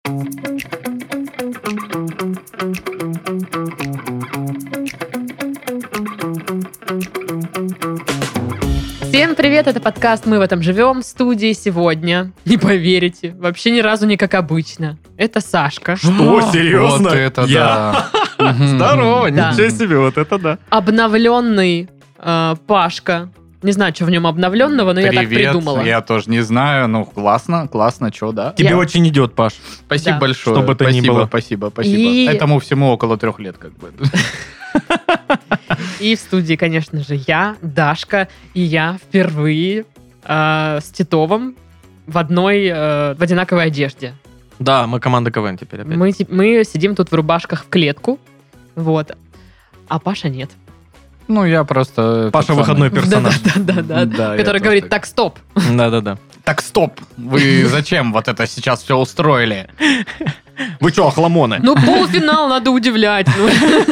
Всем привет, это подкаст «Мы в этом живем». В студии сегодня, не поверите, вообще ни разу не как обычно. Это Сашка. Что, серьезно? Вот это да. Здорово, Да. ничего себе, вот это да. Обновленный Пашка. Не знаю, что в нем обновленного, но я так Привет, придумала. я тоже не знаю, ну классно, что, да? Тебе Я- очень идет, Паш. Спасибо Да. большое. Что бы то ни Спасибо, было. Спасибо. И- Этому всему около 3 лет как бы. И в студии, конечно же, я, Дашка, и я впервые с Титовым в одинаковой одежде. Да, мы команда КВН теперь опять. Мы сидим тут в рубашках в клетку, вот, а Паша нет. Ну, я просто... Паша тот выходной самый. персонаж. Да-да-да, Да, я который тоже говорит, так. так, стоп. Да-да-да. Так, стоп! Вы зачем вот это сейчас все устроили? Вы что, охламоны? Ну, полуфинал надо удивлять. ну.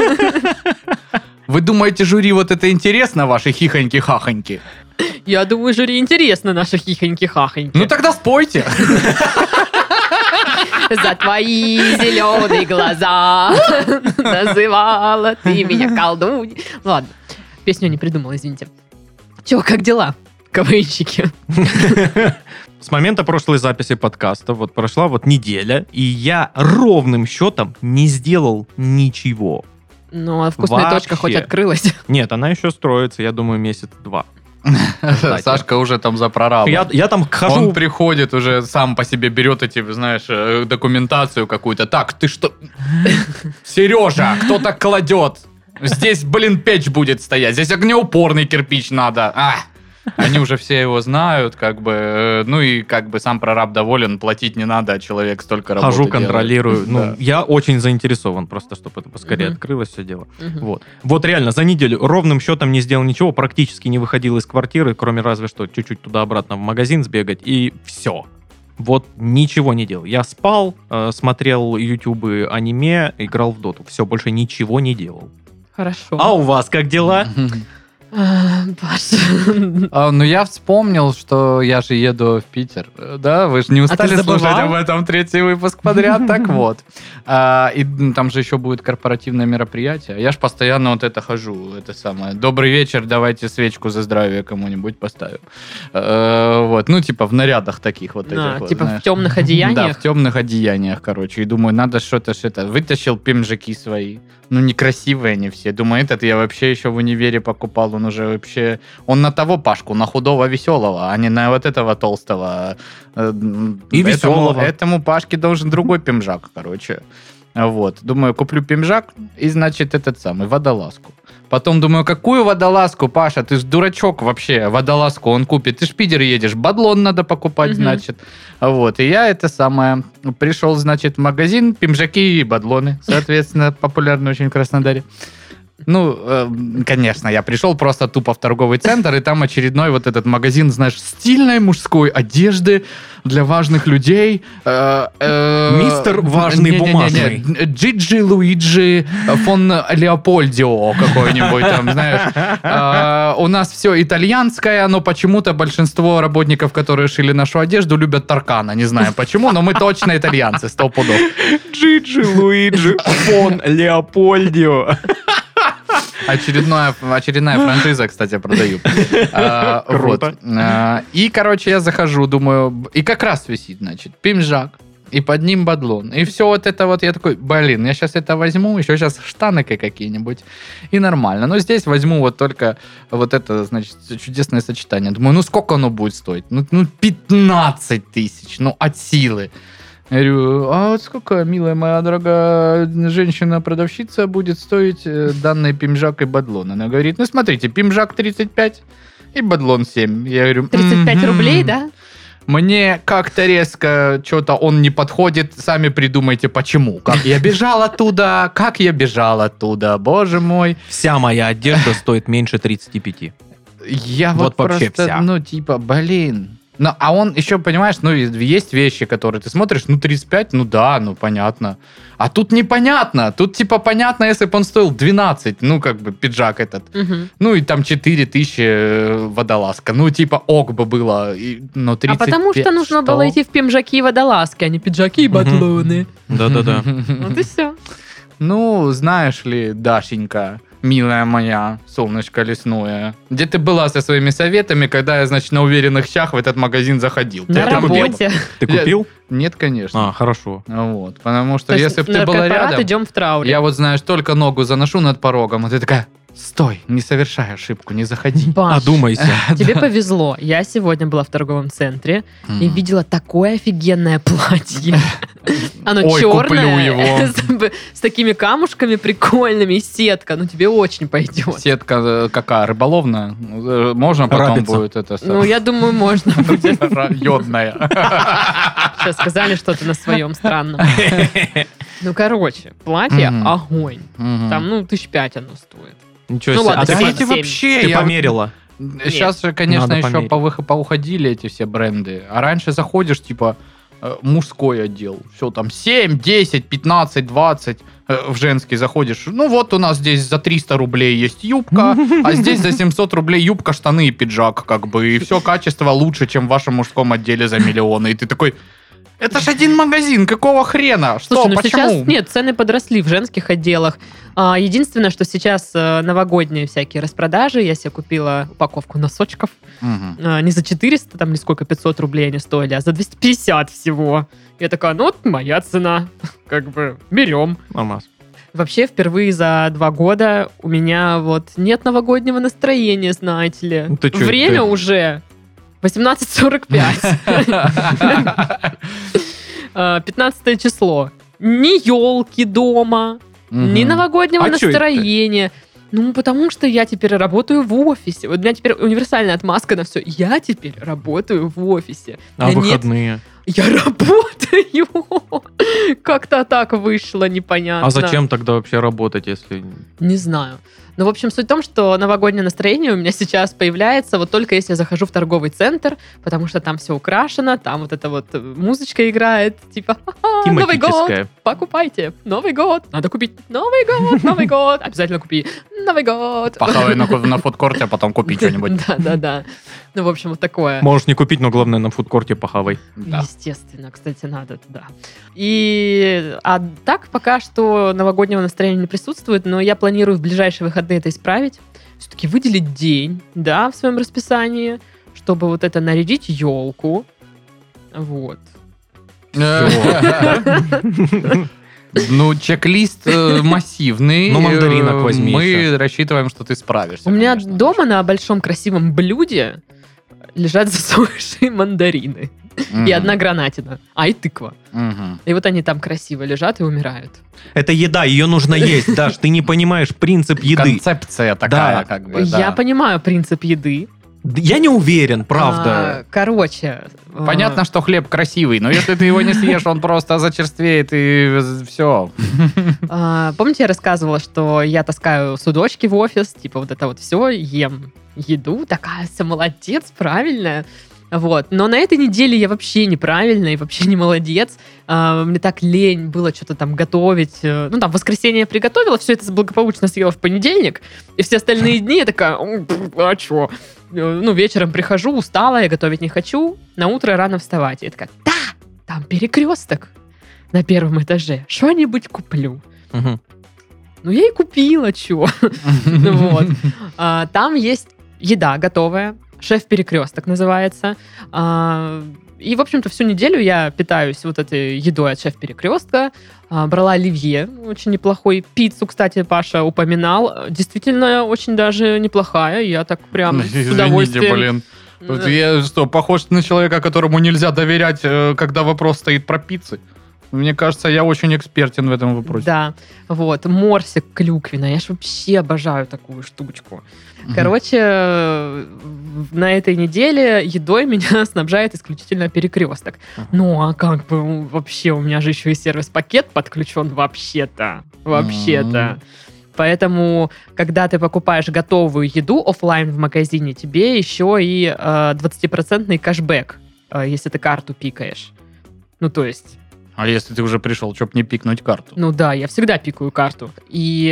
Вы думаете, жюри вот это интересно, ваши хихоньки-хахоньки? Я думаю, жюри интересно, наши хихоньки-хахоньки. Ну, тогда спойте! За твои зеленые глаза называла ты меня колдуньей. Ладно, песню не придумала, извините. Че, как дела, КВНщики? С момента прошлой записи подкаста вот прошла вот неделя, и я ровным счетом не сделал ничего. Ну, а вкусная Вообще. точка хоть открылась. Нет, она еще строится, я думаю, месяц-два. Сашка уже там за прорабом. Я там хожу... Он приходит уже, сам по себе берет эти, знаешь, документацию какую-то. Так, ты что? Сережа, кто так кладет? Здесь, блин, печь будет стоять. Здесь огнеупорный кирпич надо. Они уже все его знают, как бы. Ну и как бы сам прораб доволен, платить не надо, а человек столько работы Хожу, делает. контролирую. Ну, Да. я очень заинтересован просто, чтобы это поскорее Мгм. открылось все дело. Мгм. Вот реально, за неделю ровным счетом не сделал ничего, практически не выходил из квартиры, кроме разве что чуть-чуть туда-обратно в магазин сбегать, и все. Вот ничего не делал. Я спал, смотрел ютубы, аниме, играл в доту. Все, больше ничего не делал. Хорошо. А у вас как дела? Паша. Ну, я вспомнил, что я же еду в Питер. Да, вы же не устали ты забывал? слушать об этом 3-й выпуск подряд? Так вот. И там же еще будет корпоративное мероприятие. Я ж постоянно вот это хожу. Это самое. Добрый вечер, давайте свечку за здравие кому-нибудь поставим. Вот. Ну, типа в нарядах таких вот этих вот, Типа знаешь. в темных Да, одеяниях. в темных одеяниях, короче. И думаю, надо что-то. Вытащил пимжаки свои. Ну, некрасивые они все. Думаю, этот я вообще еще в универе покупал. Он уже вообще... Он на того Пашку, на худого веселого, а не на вот этого толстого. И веселого. Этому Пашке должен другой пимжак, короче. Вот. Думаю, куплю пимжак и, значит, этот самый, водолазку. Потом думаю, какую водолазку, Паша? Ты ж дурачок вообще. Водолазку он купит. Ты ж в Питер едешь. Бадлон надо покупать, Мгм. значит. Вот. И я это самое... Пришел, значит, в магазин. Пимжаки и бадлоны. Соответственно, популярны очень в Краснодаре. Ну, конечно, я пришел просто тупо в торговый центр, и там очередной вот этот магазин, знаешь, стильной мужской одежды для важных людей. Мистер важный бумажный. Джиджи Луиджи фон Леопольдио какой-нибудь там, знаешь. У нас все итальянское, но почему-то большинство работников, которые шили нашу одежду, любят Таркана. Не знаю почему, но мы точно итальянцы, 100 пудов. Джиджи Луиджи фон Леопольдио. Очередная франшиза, кстати, продаю. Круто. Вот. И, короче, я захожу, думаю, и как раз висит, значит, пимжак, и под ним бадлон. И все вот это вот, я такой, блин, я сейчас это возьму, еще сейчас штаники какие-нибудь, и нормально. Но здесь возьму вот только вот это, значит, чудесное сочетание. Думаю, ну сколько оно будет стоить? Ну 15 тысяч, ну от силы. Я говорю, а вот сколько, милая моя дорогая женщина-продавщица, будет стоить данный пимжак и бадлон? Она говорит, ну смотрите, пимжак 35 и бадлон 7. Я говорю, 35 рублей, да? Мне как-то резко что-то он не подходит. Сами придумайте, почему. Как я бежал оттуда, боже мой. Вся моя одежда стоит меньше 35. Я Вот вот вообще просто, вся. ну, типа, блин. Ну, а он еще, понимаешь, ну, есть вещи, которые ты смотришь, ну, 35, ну да, ну, понятно. А тут непонятно. Тут, типа, понятно, если бы он стоил 12, ну, как бы, пиджак этот. Мгм. Ну, и там 4000 водолазка. Ну, типа, ок бы было. Но А 35, потому что нужно что? было идти в пимжаки и водолазки, а не пиджаки и батлоны. Да-да-да. Вот и все. Ну, знаешь ли, Дашенька, милая моя, солнышко лесное, где ты была со своими советами, когда я, значит, на уверенных щах в этот магазин заходил? Ты На это купил? работе. Ты купил? Нет, конечно. А, хорошо. Вот, потому что То есть если бы на ты была корпорат рядом, идем в трауре. я вот, знаешь, только ногу заношу над порогом, а ты такая, стой, не совершай ошибку, не заходи. Паш, Одумайся. тебе повезло. Я сегодня была в торговом центре и М. видела такое офигенное платье. Оно Ой, куплю черное, его. с такими камушками прикольными, и сетка. Ну, тебе очень пойдет. Сетка какая, рыболовная? Можно потом Рабица. будет это... Ну, я думаю, можно будет. Йодная. Сейчас сказали что-то на своем странном. Ну, короче, платье Мгм. огонь. Мгм. Там, ну, 5 оно стоит. Ничего Ну себе. ладно, А Да семь, ты, эти семь. вообще... ты я вот- померила? Сейчас же, конечно, Надо еще померить. поуходили эти все бренды. А раньше заходишь, типа, мужской отдел. Все там 7, 10, 15, 20. В женский заходишь. Ну вот у нас здесь за 300 рублей есть юбка, а здесь за 700 рублей юбка, штаны и пиджак, как бы. И все качество лучше, чем в вашем мужском отделе за миллионы. И ты такой... Это ж один магазин, какого хрена? Что, Слушай, ну почему? сейчас нет, цены подросли в женских отделах. Единственное, что сейчас новогодние всякие распродажи. Я себе купила упаковку носочков. Мгм. Не за 400, там, или сколько, 500 рублей они стоили, а за 250 всего. Я такая, ну, вот моя цена. Как бы, берем. Нормас. Вообще, впервые за 2 года у меня вот нет новогоднего настроения, знаете ли. Ну, ты чё, Время ты- уже 18:45. 15 число. Ни елки дома, ни Мгм. новогоднего А чё это? настроения. Ну, потому что я теперь работаю в офисе. Вот у меня теперь универсальная отмазка на все. Я теперь работаю в офисе. А У меня нет- выходные? Я работаю. Как-то так вышло, непонятно. А зачем тогда вообще работать, если... Не знаю. Ну, в общем, суть в том, что новогоднее настроение у меня сейчас появляется вот только если я захожу в торговый центр, потому что там все украшено, там вот эта вот музычка играет, типа «Ха-ха, Новый год, Тематическая. покупайте, Новый год, надо купить Новый год, Новый год, обязательно купи Новый год». Похавай на фудкорте, а потом купи что-нибудь. Да. Ну, в общем, вот такое. Можешь не купить, но главное на фудкорте похавай. Да. Естественно, кстати, надо туда. А так пока что новогоднего настроения не присутствует, но я планирую в ближайшие выходные это исправить. Все-таки выделить день, да, в своем расписании, чтобы вот это нарядить елку. Вот. Ну, чек-лист массивный. Ну, мандаринок возьми Мы еще. рассчитываем, что ты справишься. У меня конечно. дома на большом красивом блюде лежат засохшие мандарины. Мгм. И одна гранатина. И тыква. Мгм. И вот они там красиво лежат и умирают. Это еда, ее нужно есть, Даш. Ты не понимаешь принцип еды. Концепция такая, Да. как бы, Я да. понимаю принцип еды. Я не уверен, правда. Короче. Понятно, что хлеб красивый, но если ты его не съешь, он просто зачерствеет и все. Помните, я рассказывала, что я таскаю судочки в офис, типа вот это вот все, ем еду, такая вся молодец, правильная. Вот. Но на этой неделе я вообще неправильная и вообще не молодец. Мне так лень было что-то там готовить. Ну, там, в воскресенье я приготовила, все это благополучно съела в понедельник. И все остальные дни я такая, а чё? Ну, вечером прихожу, устала, я готовить не хочу. На утро рано вставать. Я такая, да, там перекресток на первом этаже. Что-нибудь куплю. Мгм. Ну, я и купила, чё. Вот. Там есть еда готовая. Шеф-перекресток называется. И, в общем-то, всю неделю я питаюсь вот этой едой от шеф-перекрестка. Брала оливье, очень неплохой. Пиццу, кстати, Паша упоминал. Действительно, очень даже неплохая. Я так прям с Извините, удовольствием... блин. Вот я что, похож на человека, которому нельзя доверять, когда вопрос стоит про пиццы? Мне кажется, я очень экспертен в этом вопросе. Да, вот. Морсик клюквенная. Я ж вообще обожаю такую штучку. Короче, на этой неделе едой меня снабжает исключительно перекресток. Ну, а как бы вообще, у меня же еще и сервис-пакет подключен вообще-то. Вообще-то. Поэтому, когда ты покупаешь готовую еду оффлайн в магазине, тебе еще и 20% кэшбэк если ты карту пикаешь. Ну, то есть... А если ты уже пришел, чтобы не пикнуть карту? Ну да, я всегда пикаю карту. И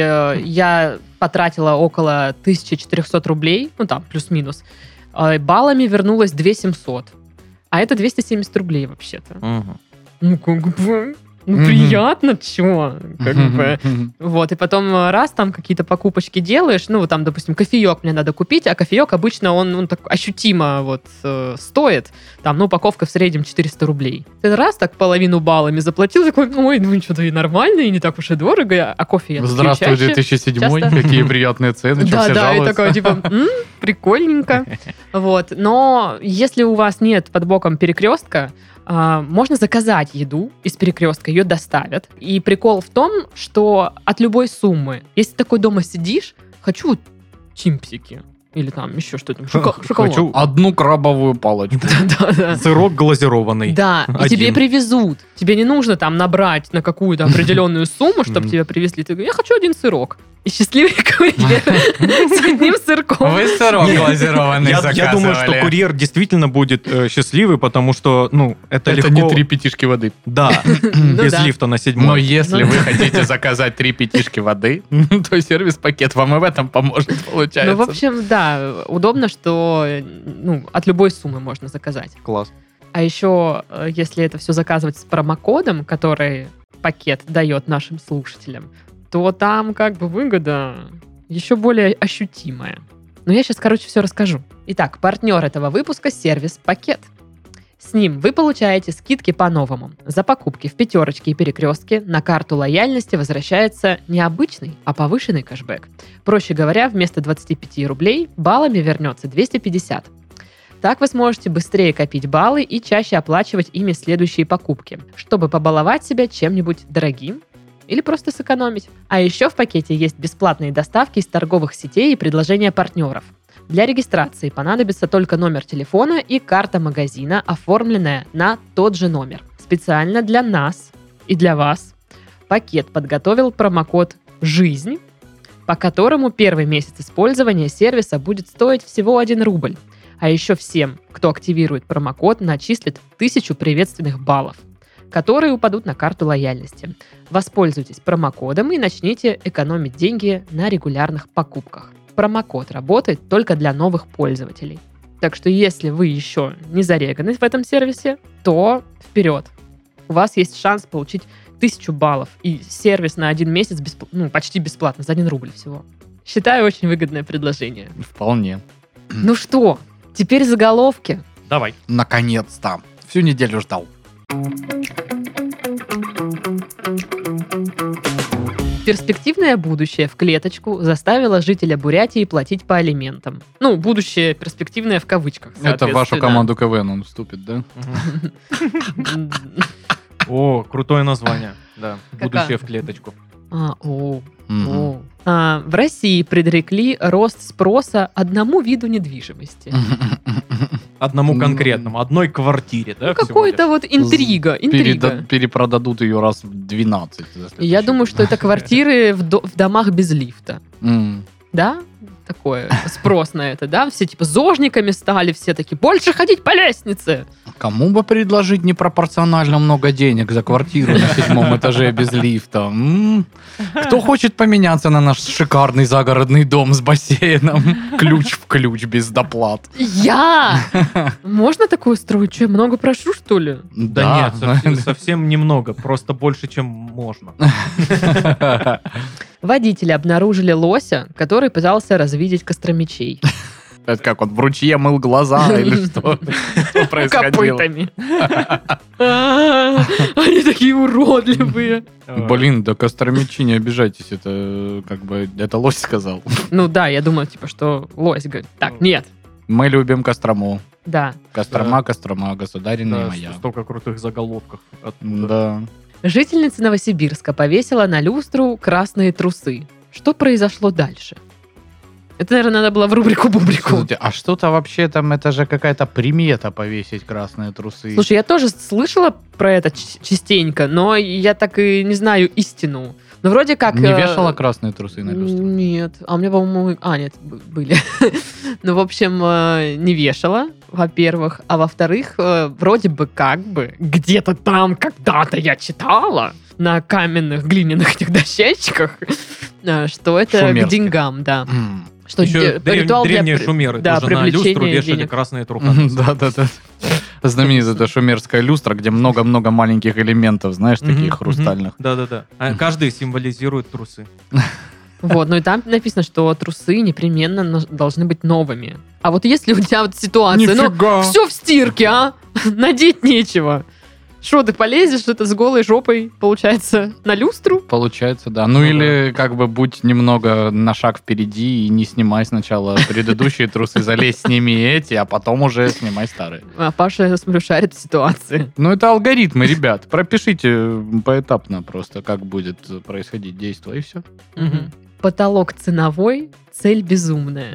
я потратила около 1400 рублей, ну там, плюс-минус. Баллами вернулось 2700. А это 270 рублей вообще-то. Мгм. Ну, как бы... Ну, Мгм. приятно, чё? Как бы... Вот, и потом раз там какие-то покупочки делаешь, ну, там, допустим, кофеек мне надо купить, а кофеек обычно, он так ощутимо вот стоит, там, ну, упаковка в среднем 400 рублей. Ты раз так половину баллами заплатил, такой, ой, ну, что-то и нормально, и не так уж и дорого, а кофе я пью Здравствуй, чаще. 2007. часто. Какие приятные цены, что все Да, и жалуются. такой, типа, прикольненько. Вот. Но если у вас нет под боком перекрестка, можно заказать еду из перекрестка, ее доставят. И прикол в том, что от любой суммы, если ты такой дома сидишь, хочу чимпсики, или там еще что-то, шоколад. Хочу Одну крабовую палочку. Да. сырок глазированный. Да, и Один. тебе привезут. Тебе не нужно там набрать на какую-то определенную сумму, чтобы тебе привезли. Ты говоришь, я хочу один сырок. И счастливый курьер с одним сырком. Вы сырок глазированный Я думаю, что курьер действительно будет счастливый, потому что, ну, это Это легко. не 3 пятишки воды. Да, Ну без да. лифта на Но 7-й. если Ну вы да. хотите заказать 3 пятишки воды, то сервис-пакет вам и в этом поможет, получается. Ну, в общем, да, удобно, что ну, от любой суммы можно заказать. Класс. А еще, если это все заказывать с промокодом, который пакет дает нашим слушателям, то там как бы выгода еще более ощутимая. Но я сейчас, короче, все расскажу. Итак, партнер этого выпуска – сервис «Пакет». С ним вы получаете скидки по-новому. За покупки в пятерочке и перекрестке на карту лояльности возвращается не обычный, а повышенный кэшбэк. Проще говоря, вместо 25 рублей баллами вернется 250. Так вы сможете быстрее копить баллы и чаще оплачивать ими следующие покупки, чтобы побаловать себя чем-нибудь дорогим или просто сэкономить. А еще в пакете есть бесплатные доставки из торговых сетей и предложения партнеров. Для регистрации понадобится только номер телефона и карта магазина, оформленная на тот же номер. Специально для нас и для вас пакет подготовил промокод «Жизнь», по которому первый месяц использования сервиса будет стоить всего 1 рубль. А еще всем, кто активирует промокод, начислит 1000 приветственных баллов, которые упадут на карту лояльности. Воспользуйтесь промокодом и начните экономить деньги на регулярных покупках. Промокод работает только для новых пользователей. Так что если вы еще не зареганы в этом сервисе, то вперед. У вас есть шанс получить 1000 баллов и сервис на 1 месяц почти бесплатно, за 1 рубль всего. Считаю, очень выгодное предложение. Вполне. Ну что, теперь заголовки. Давай. Наконец-то. Всю неделю ждал. Перспективное будущее в клеточку заставило жителя Бурятии платить по алиментам. Ну, будущее перспективное в кавычках, Это в вашу соответственно. команду КВН он вступит, да? О, крутое название. Да. Какая? Будущее в клеточку. Мгм. В России предрекли рост спроса одному виду недвижимости. Одному Ну, конкретному, одной квартире, да? Ну, всего какой-то лишь? вот интрига. Перепродадут ее раз в 12. за Я следующий думаю, год. что это квартиры в домах без лифта. М. Да? Такое спрос на это, да? Все типа зожниками стали, все такие, больше ходить по лестнице. Кому бы предложить непропорционально много денег за квартиру на 7 этаже без лифта? Кто хочет поменяться на наш шикарный загородный дом с бассейном? Ключ в ключ без доплат. Я! Можно такое устроить? Что, я много прошу, что ли? Да нет, совсем немного, просто больше, чем можно. Водители обнаружили лося, который пытался развидеть костромичей. Это как он в ручье мыл глаза или что? Что происходило? Копытами. Они такие уродливые. Блин, да Костромичи, не обижайтесь, это как бы, это лось сказал. Ну да, я думаю, типа, что лось говорит. Так, нет. Мы любим Кострому. Да. Кострома, Кострома, государина Да, моя. столько крутых заголовков оттуда. Да. Жительница Новосибирска повесила на люстру красные трусы. Что произошло дальше? Это, наверное, надо было в рубрику-бубрику. Слушайте, а что-то вообще там, это же какая-то примета повесить красные трусы. Слушай, я тоже слышала про это частенько, но я так и не знаю истину. Ну, вроде как... Не вешала красные трусы на люстру? Нет. А у меня, по-моему... нет, были. Ну, в общем, не вешала, во-первых. А во-вторых, вроде бы как бы где-то там когда-то я читала на каменных глиняных этих дощечках, что это Шумерских. к деньгам, да. Что Еще ритуал для древние шумеры да, тоже на люстру привлечения вешали денег. красные труханы. Да. Знаменитая шумерская люстра, где много-много маленьких элементов, знаешь, таких хрустальных. Да. Каждый символизирует трусы. Вот, ну и там написано, что трусы непременно должны быть новыми. А вот если у тебя вот ситуация, Нифига. все в стирке, надеть нечего. Что, ты полезешь это с голой жопой, получается, на люстру? Получается, да. Ну или как бы будь немного на шаг впереди и не снимай сначала предыдущие трусы, залезь, сними эти, а потом уже снимай старые. А Паша, я смотрю, шарит в ситуации. Ну это алгоритмы, ребят. Пропишите поэтапно просто, как будет происходить действие, и все. Потолок ценовой, цель безумная.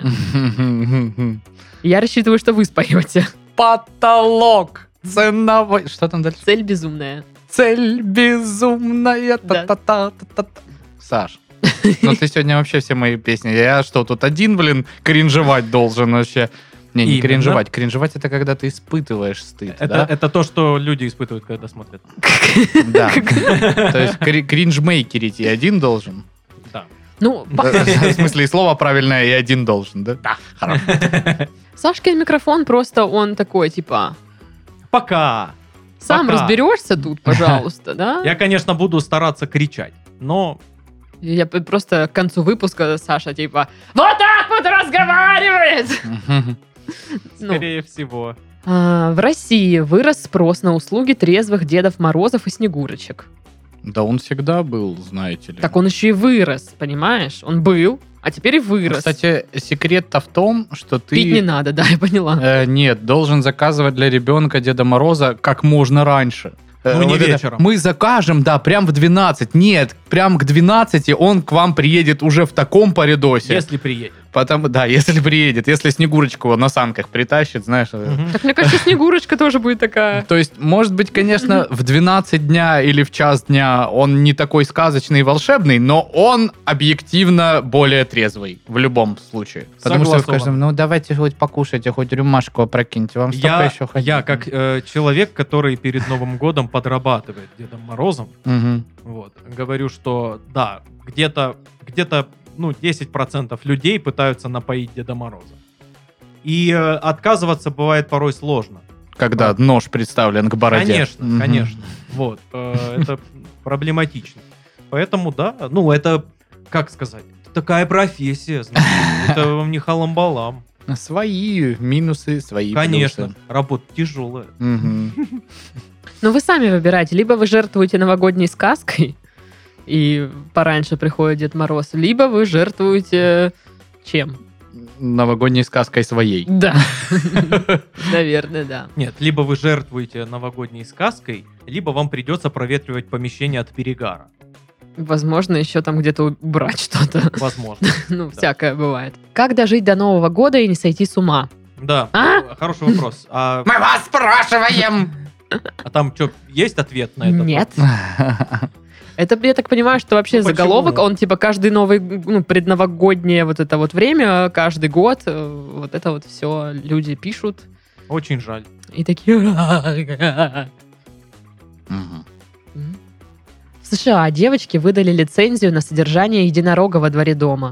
Я рассчитываю, что вы споете. Потолок ценовой. Что там дальше? Цель безумная. Цель безумная. Да. Та-та-та-та-та. Саш, ну ты сегодня вообще все мои песни. Я что, тут один, блин, кринжевать должен вообще? Не Именно. кринжевать. Кринжевать это когда ты испытываешь стыд, да? Это то, что люди испытывают, когда смотрят. Да. То есть кринжмейкерить и один должен? Да. Ну, В смысле, и слово правильное, и один должен, да? Да. Хорошо. Сашкин микрофон просто он такой, типа, Пока. сам Пока. разберешься тут, пожалуйста, да? Я, конечно, буду стараться кричать, но Я просто к концу выпуска Саша, типа, вот так вот разговаривает! Ну, скорее всего. в России вырос спрос на услуги трезвых Дедов Морозов и Снегурочек. Да он всегда был, знаете ли. Так он еще и вырос, понимаешь? Он был, а теперь и вырос. Кстати, секрет-то в том, что ты... Пить не надо, да, я поняла. Нет, должен заказывать для ребенка Деда Мороза как можно раньше. Ну, не Вот это, вечером. мы закажем, да, прям в 12. Нет, прям к 12 он к вам приедет уже в таком паридосе. Если приедет. Да, если приедет. Если Снегурочку на санках притащит, знаешь. Мгм. Так мне кажется, Снегурочка тоже будет такая. То есть, может быть, конечно, в 12 дня или в час дня он не такой сказочный и волшебный, но он объективно более трезвый в любом случае. Потому что Согласован. скажем, ну давайте хоть покушайте, хоть рюмашку опрокиньте, вам столько еще ходить. Я как человек, который перед Новым годом подрабатывает Дедом Морозом, Мгм. вот, говорю, что да, где-то 10% людей пытаются напоить Деда Мороза. И отказываться бывает порой сложно. Когда нож представлен к бороде. Конечно, Мгм. конечно. Вот. Это проблематично. Поэтому, да, это, как сказать, такая профессия, знаете, это вам не халам-балам. Свои минусы, свои Конечно, плюсы. работа тяжелая. Мгм. Ну, вы сами выбираете. Либо вы жертвуете новогодней сказкой, и пораньше приходит Дед Мороз, либо вы жертвуете чем? Новогодней сказкой своей. Да. Наверное, да. Нет, либо вы жертвуете новогодней сказкой, либо вам придется проветривать помещение от перегара. Возможно, еще там где-то убрать что-то. Возможно. Ну, всякое бывает. Как дожить до Нового года и не сойти с ума? Да, А? хороший вопрос. А Мы вас спрашиваем! там что, есть ответ на это? Нет. Это, я так понимаю, что вообще Ну, почему? заголовок, он типа каждый новый, предновогоднее вот это вот время, каждый год, вот это вот все люди пишут Очень жаль. и такие... Мгм. В США девочки выдали лицензию на содержание единорога во дворе дома.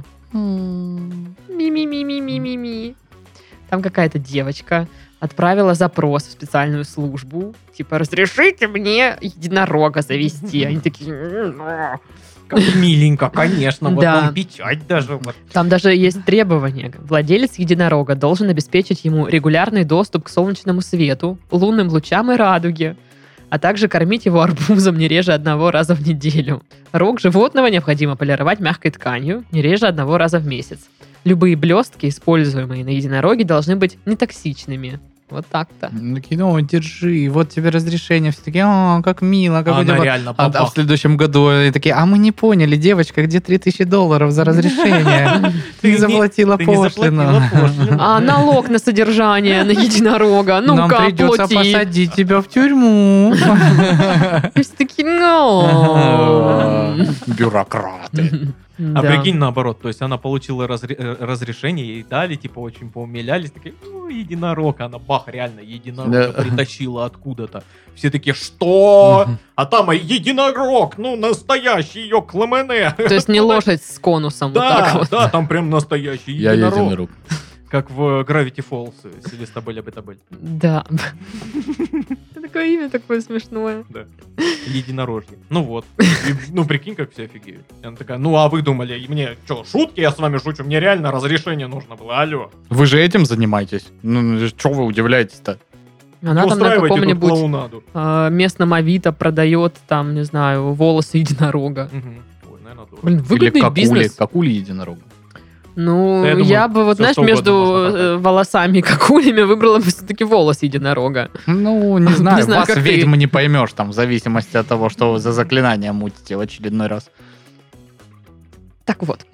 Ми-ми-ми-ми-ми-ми-ми. Там какая-то девочка отправила запрос в специальную службу. Типа, разрешите мне единорога завести. Они такие... Как миленько, конечно. Вот Да. вам печать даже. Вот. Там даже есть требования. Владелец единорога должен обеспечить ему регулярный доступ к солнечному свету, лунным лучам и радуге, а также кормить его арбузом не реже 1 раза в неделю. Рог животного необходимо полировать мягкой тканью не реже 1 раза в месяц. Любые блестки, используемые на единороге, должны быть нетоксичными. Вот так-то. Такие, ну, держи, вот тебе разрешение. Все такие, о, как мило. Как Она у тебя». реально А в попала. следующем году они такие, а мы не поняли, девочка, где $3000 за разрешение? Ты не заплатила Ты не пошлину. заплатила пошлину. А налог на содержание на единорога? Нам Ну-ка, придется оплати. посадить тебя в тюрьму. И все такие, ну... Бюрократы. А прикинь, наоборот, то есть она получила разрешение, ей дали, типа, очень поумилялись, такие, единорог, она бах, реально, единорога притащила откуда-то. Все такие, что? А там единорог, настоящий ее Клемене. То есть не лошадь с конусом. Да, там прям настоящий единорог. Я единорог. Как в Gravity Falls, Селестабель Абетабель. Да. Такое имя такое смешное. Да. Единорожник. Ну вот. Прикинь, как все офигеют. Она такая, а вы думали, мне что, шутки, я с вами шучу? Мне реально разрешение нужно было, алло. Вы же этим занимаетесь? Что вы удивляетесь-то? Она там на каком-нибудь клоунаду. местном Авито продает, там, не знаю, волосы единорога. Ой, наверное, тоже. Блин, выгодный бизнес. Какули единорога. Ну, Да, я думаю, я бы, вот, всё, знаешь, что угодно между можно продать. волосами и какулями выбрала бы все-таки волос единорога. Ну, не знаю, Не знаю, вас, как ты. ведьм, не поймешь, там, в зависимости от того, что вы за заклинание мутите в очередной раз. Так вот.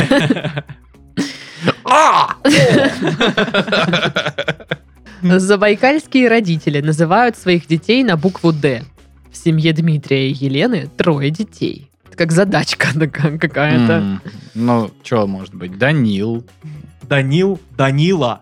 Забайкальские родители называют своих детей на букву «Д». В семье Дмитрия и Елены 3 детей. Это как задачка такая какая-то. Ну, что может быть? Данил. Данила.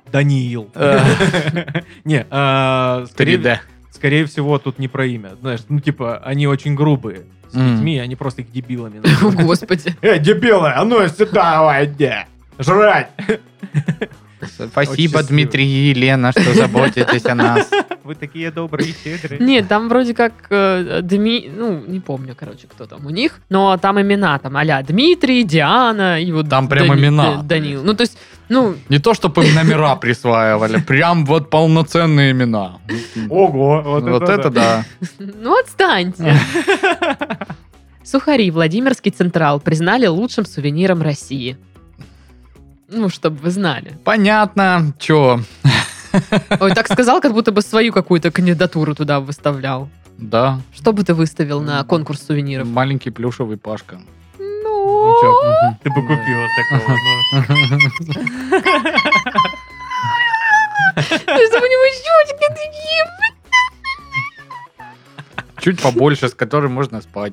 Не, 3D. скорее всего, тут не про имя. Знаешь, они очень грубые с детьми, они просто их дебилами. О, Господи. Дебилы, а ну сюда, жрать! Спасибо, Очень Дмитрий и Елена, что заботитесь о нас. Вы такие добрые, щедрые. Нет, там вроде как не помню, короче, кто там у них, но там имена, там а-ля Дмитрий, Диана и вот Там прям имена. Данил. Ну, то есть, Не то, чтобы им номера присваивали, прям вот полноценные имена. Ого, Вот это да. ну, отстаньте. Сухари Владимирский Централ признали лучшим сувениром России. Ну, чтобы вы знали. Понятно, чё. Ой, так сказал, как будто бы свою какую-то кандидатуру туда выставлял. Да, Что бы ты выставил на конкурс сувениров? маленький плюшевый Пашка. Ну, Чё? Ты бы купила такого. чтобы у него щечки такие. Чуть побольше, с которым можно спать.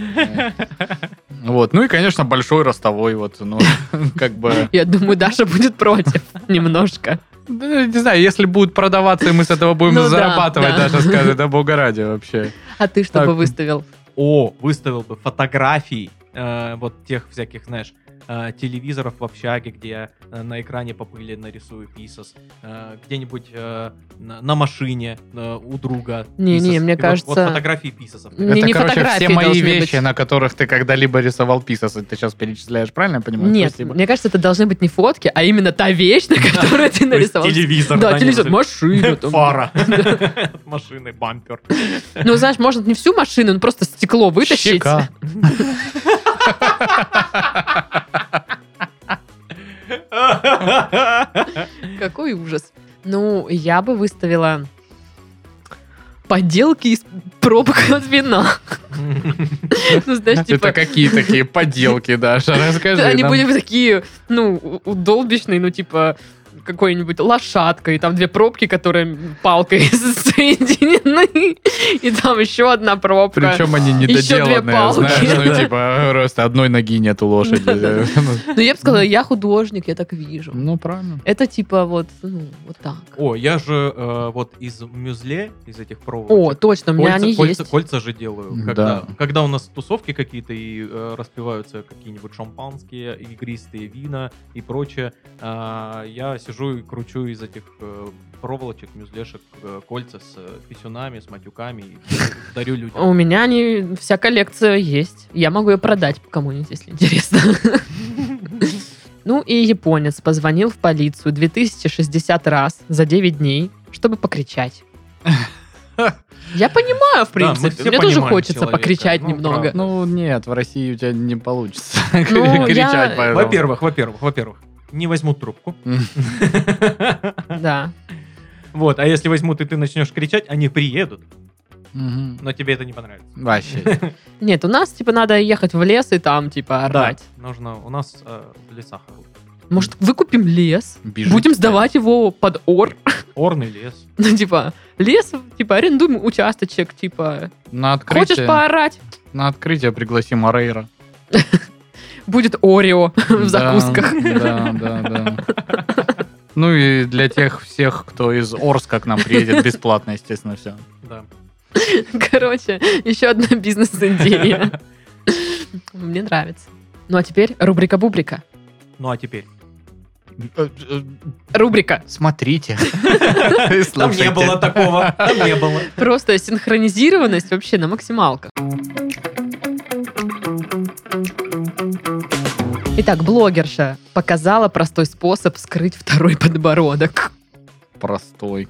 Вот. Ну и, конечно, большой ростовой. Вот, ну, как бы... Я думаю, Даша будет против немножко. Да, не знаю, если будут продаваться, и мы с этого будем Ну да, зарабатывать, да. Даша скажет, да бога ради вообще. А ты что Так. бы выставил? Выставил бы фотографии вот тех всяких, знаешь, телевизоров в общаге, где на экране по пыли нарисую писас, где-нибудь на машине у друга. Не, писас. мне И вот кажется- фотографии писасов. Не Это, короче, фотографии все мои должны вещи, быть. на которых ты когда-либо рисовал писасы, ты сейчас перечисляешь, правильно я понимаю? Нет, Спасибо. мне кажется, это должны быть не фотки, а именно та вещь, на которую ты То есть нарисовал. телевизор. Да, не телевизор, вот машина. там. Фара. Машины, бампер. Ну, знаешь, можно не всю машину, но просто стекло вытащить. Щека. Какой ужас. Ну, я бы выставила поделки из пробок от вина. Ну, знаешь, Это типа... какие такие поделки, Даша? Расскажи Они нам. были бы такие, удолбищные, типа какой-нибудь лошадкой, и там 2 пробки, которые палкой соединены, и там еще одна пробка. Причем они Еще 2 недоделанные, палки. знаешь, ну типа просто одной ноги нет у лошади. Ну, я бы сказала, я художник, я так вижу. Ну, правильно. Это типа вот так. О, я же вот из мюзле, из этих проволочек. О, точно, у меня они есть. Кольца же делаю. Да. Когда у нас тусовки какие-то и распиваются какие-нибудь шампанские, игристые вина и прочее, я сижу и кручу из этих проволочек, мюзлешек кольца с писюнами, с матюками и дарю людям. У меня вся коллекция есть. Я могу ее продать кому-нибудь, если интересно. Ну и японец позвонил в полицию 2060 раз за 9 дней, чтобы покричать. Я понимаю, в Да, мы принципе. все Мне тоже понимаем хочется человека. покричать Ну, немного. правда. Ну, нет, в России у тебя не получится Ну, кричать по этому. Во-первых, не возьмут трубку. Да. Вот, а если возьмут и ты начнешь кричать, они приедут, Мгм. но тебе это не понравится. Вообще. Нет, у нас, типа, надо ехать в лес и там, типа, орать. Да, нужно, у нас в лесах орут. Может, выкупим лес? Бежите. Будем сдавать его под ор? Орный лес. Ну, типа, лес, типа, арендуем участочек, типа, На хочешь открытие, поорать? на открытие пригласим Арейра. Будет Орео в закусках. Да. Ну и для тех всех, кто из Орска к нам приедет, бесплатно, естественно, все. Да. Короче, еще одна бизнес-идея. Мне нравится. Ну а теперь рубрика-бубрика. Ну а теперь? Рубрика. Смотрите. Там не было такого. Там не было. Просто синхронизированность вообще на максималках. Итак, блогерша показала простой способ скрыть второй подбородок. Простой.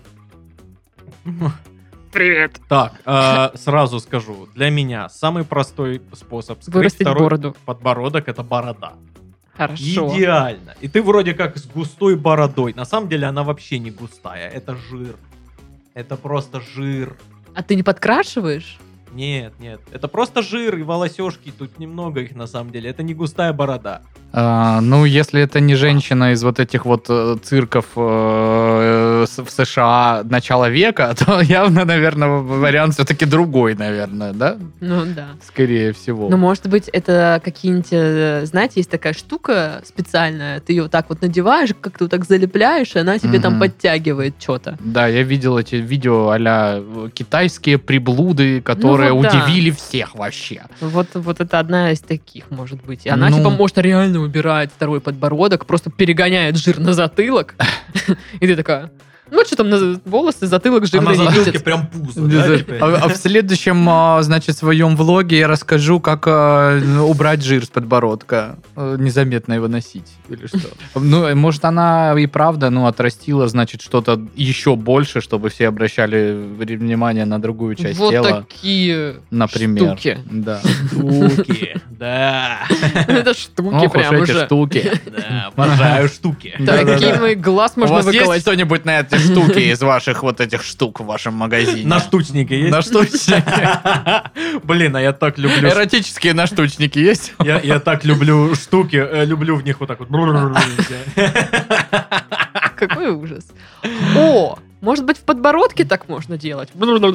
Привет. Так, сразу скажу. Для меня самый простой способ скрыть Вырастить второй бороду. подбородок — это борода. Хорошо. Идеально. И ты вроде как с густой бородой. На самом деле она вообще не густая. Это жир. Это просто жир. А ты не подкрашиваешь? Нет. Это просто жир и волосешки. Тут немного их на самом деле. Это не густая борода. Ну, если это не женщина из вот этих вот цирков в США начала века, то явно, наверное, вариант все-таки другой, наверное, да? Ну да. Скорее всего. Ну, может быть, это какие-нибудь, знаете, есть такая штука специальная, ты ее так вот надеваешь, как-то вот так залепляешь, и она тебе там подтягивает что-то. Да, я видел эти видео а-ля китайские приблуды, которые Ну вот да. удивили всех вообще. Вот это одна из таких, может быть. И она, типа, может реально убирать второй подбородок, просто перегоняет жир на затылок. И ты такая, ну, что там, на волосы, затылок, жир А на не затылке видит. прям пузо. Да, типа? А в следующем, значит, своем влоге я расскажу, как убрать жир с подбородка. Незаметно его носить. Или что. Ну, может, она и правда, отрастила, значит, что-то еще больше, чтобы все обращали внимание на другую часть Вот тела. такие Например. штуки. Да. Штуки. Да. Это штуки Ох уж прям эти уже. штуки. Да, обожаю штуки. Такими глаз У можно вас есть выколоть. что-нибудь на эти штуки из ваших вот этих штук в вашем магазине? Наштучники есть? Наштучники. Блин, а я так люблю... Эротические наштучники есть? Я так люблю штуки, люблю в них вот так вот. Какой ужас. О, может быть, в подбородке так можно делать?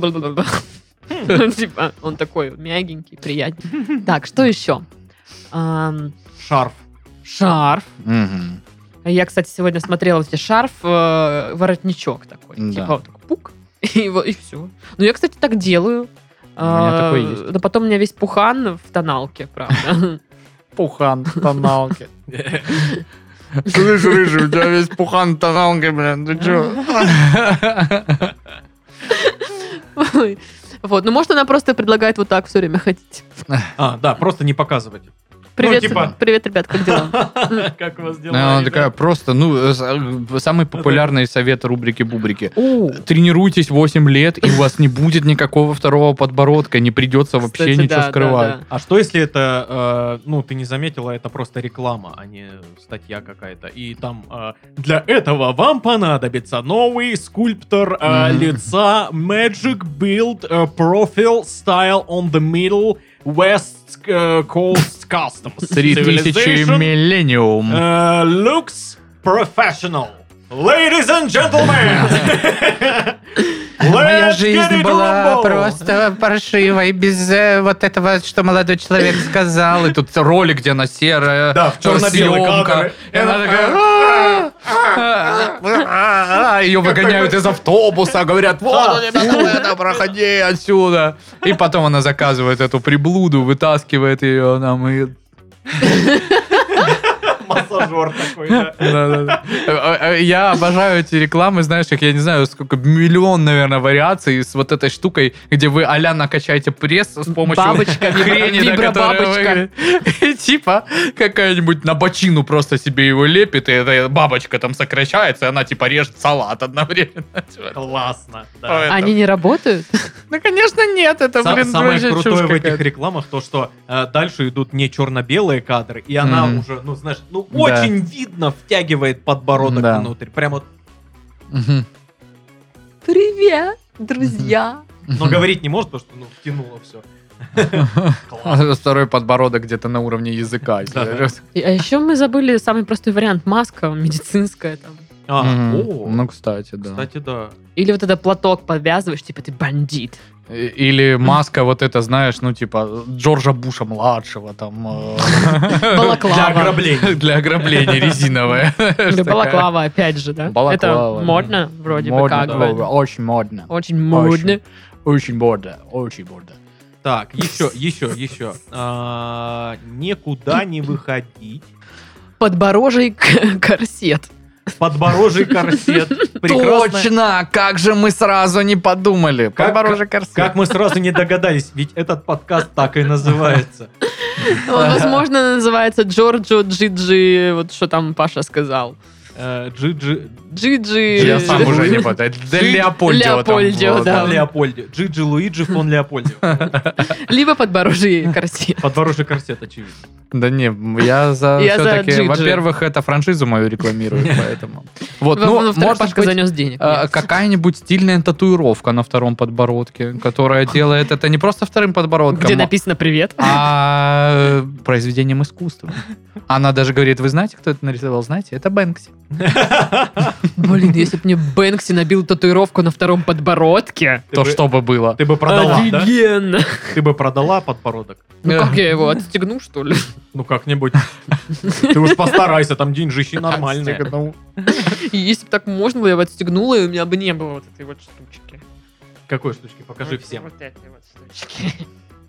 Типа, он такой мягенький, приятный. Так, что еще? Шарф. Шарф. Мгм. Я, кстати, сегодня смотрела эти шарф, воротничок такой. Да. Типа вот так пук, и все. Ну, я, кстати, так делаю. У меня такой есть. Но потом у меня весь пухан в тоналке, правда. Пухан в тоналке. Слышь, рыжий, у тебя весь пухан в тоналке, блин, ты чё? Ой. Вот, ну, может, она просто предлагает вот так все время ходить. Да, просто не показывать. Привет, типа- привет, ребят, как дела? Как у вас Она дела? такая просто, самый популярный совет рубрики-бубрики. О, Тренируйтесь 8 лет, и у вас не будет никакого второго подбородка, не придется вообще кстати, ничего да, скрывать. да, А что если это, ты не заметила, это просто реклама, а не статья какая-то. И там для этого вам понадобится новый скульптор лица Magic Build Profile Style on the Middle West Coast Customs. 3000 Civilization, миллениум. looks professional. Ladies and gentlemen! Моя Let's жизнь get it была rumble! просто паршивой, без вот этого, что молодой человек сказал. И тут ролик, где она серая, Да, в черно-белые съемка. кадры. И она такая... Ее выгоняют из автобуса, говорят, вот, это, проходи отсюда. И потом она заказывает эту приблуду, вытаскивает ее нам и... Массажер такой, да. Да-да-да. Я обожаю эти рекламы, знаешь, как я не знаю, сколько, миллион, наверное, вариаций с вот этой штукой, где вы а-ля накачаете пресс с помощью Бабочка, хрени, да, вибробабочка. которая и типа какая-нибудь на бочину просто себе его лепит, и эта бабочка там сокращается, и она типа режет салат одновременно. Классно, Ой, да. это- Они не работают? Ну, конечно, нет, это, блин, Самое вообще крутое чушь в этих какая-то. рекламах то, что дальше идут не черно-белые кадры, и она Мгм. уже, знаешь, Да. очень видно втягивает подбородок Да. внутрь. Прям вот, Мгм. Привет, друзья. но говорить не может, потому что, втянуло все. Второй подбородок где-то на уровне языка. Да. А еще мы забыли самый простой вариант. Маска медицинская там. Мгм. Ну, кстати, да. Кстати, да. Или вот этот платок подвязываешь, типа ты бандит. Или маска вот это, знаешь, ну, типа, Джорджа Буша-младшего, там... Балаклава. Для ограбления. Для ограбления резиновая. Да, балаклава, опять же, да? Балаклава, Это модно, вроде бы Модно, как бы. очень модно. Очень модно. Очень модно, очень модно. Так, еще. Никуда не выходить. Подборожий корсет. Подборожий корсет. Прекрасно. Точно! Как же мы сразу не подумали. Подборожий корсет. Как мы сразу не догадались, ведь этот подкаст так и называется. Он, возможно, называется Джорджо Джиджи, вот что там Паша сказал. Джиджи... Джиджи... Я сам уже не понял. Да Леопольдио там Леопольдио, было, да. Леопольдио. Джиджи Луиджи фон Леопольдио. Либо подборожий корсет. Подборожий корсет, очевидно. Да не, я за Я за все-таки, Джиджи. во-первых, это франшизу мою рекламирую, поэтому. Вот, Во-вторых, может Пашка быть, занес денег. какая-нибудь стильная татуировка на втором подбородке, которая делает это не просто вторым подбородком, Где написано «Привет». а произведением искусства. Она даже говорит, вы знаете, кто это нарисовал? Знаете, это Бэнкси. Блин, если бы мне Бэнкси набил татуировку на втором подбородке. То что бы было? Ты бы продала, да? Офигенно. Ты бы продала подбородок? Ну как я его отстегну, что ли? Ну как-нибудь. Ты уж постарайся, там деньжищи нормальные. Отстегнул. И если бы так можно было, я бы отстегнула, и у меня бы не было вот этой вот штучки. Какой штучки? Покажи Вот- всем. Вот этой вот штучки.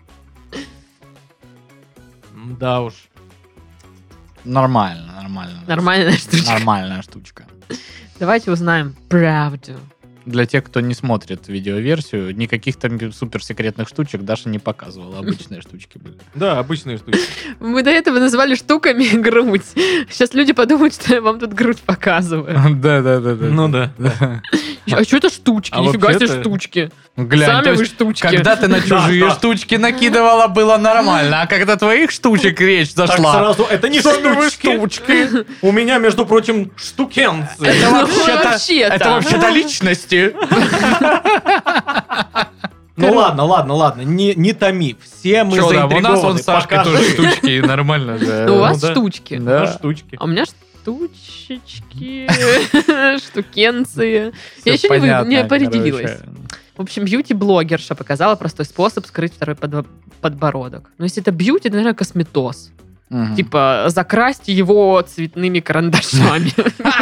Да уж. Нормальная Нормальная штучка. Нормальная штучка. Давайте узнаем правду. Для тех, кто не смотрит видеоверсию, никаких там суперсекретных штучек Даша не показывала. Обычные штучки были. Да, обычные штучки. Мы до этого называли штуками грудь. Сейчас люди подумают, что я вам тут грудь показываю. Да. Ну да. А что это штучки? А Нифига себе вообще-то- штучки. Глянь, Сами то вы есть, штучки. когда ты на чужие Да. штучки накидывала, было нормально, а когда твоих штучек речь Так зашла... сразу, это не Что вы штучки. У меня, между прочим, штукенцы. Это Ну, вообще-то... вообще-то. Это вообще-то личности. Ну ладно, не томи. Все мы Чё там, у нас заинтригованы. вон Сашка Покажи. тоже штучки, нормально. да. Ну, у вас да. штучки. Да. Ну, штучки. А у меня штучечки, штукенции. Я Всё еще понятно, не определилась. короче. В общем, бьюти-блогерша показала простой способ скрыть второй подбородок. Но если это бьюти, то, наверное, косметоз. Мгм. Типа, закрасть его цветными карандашами.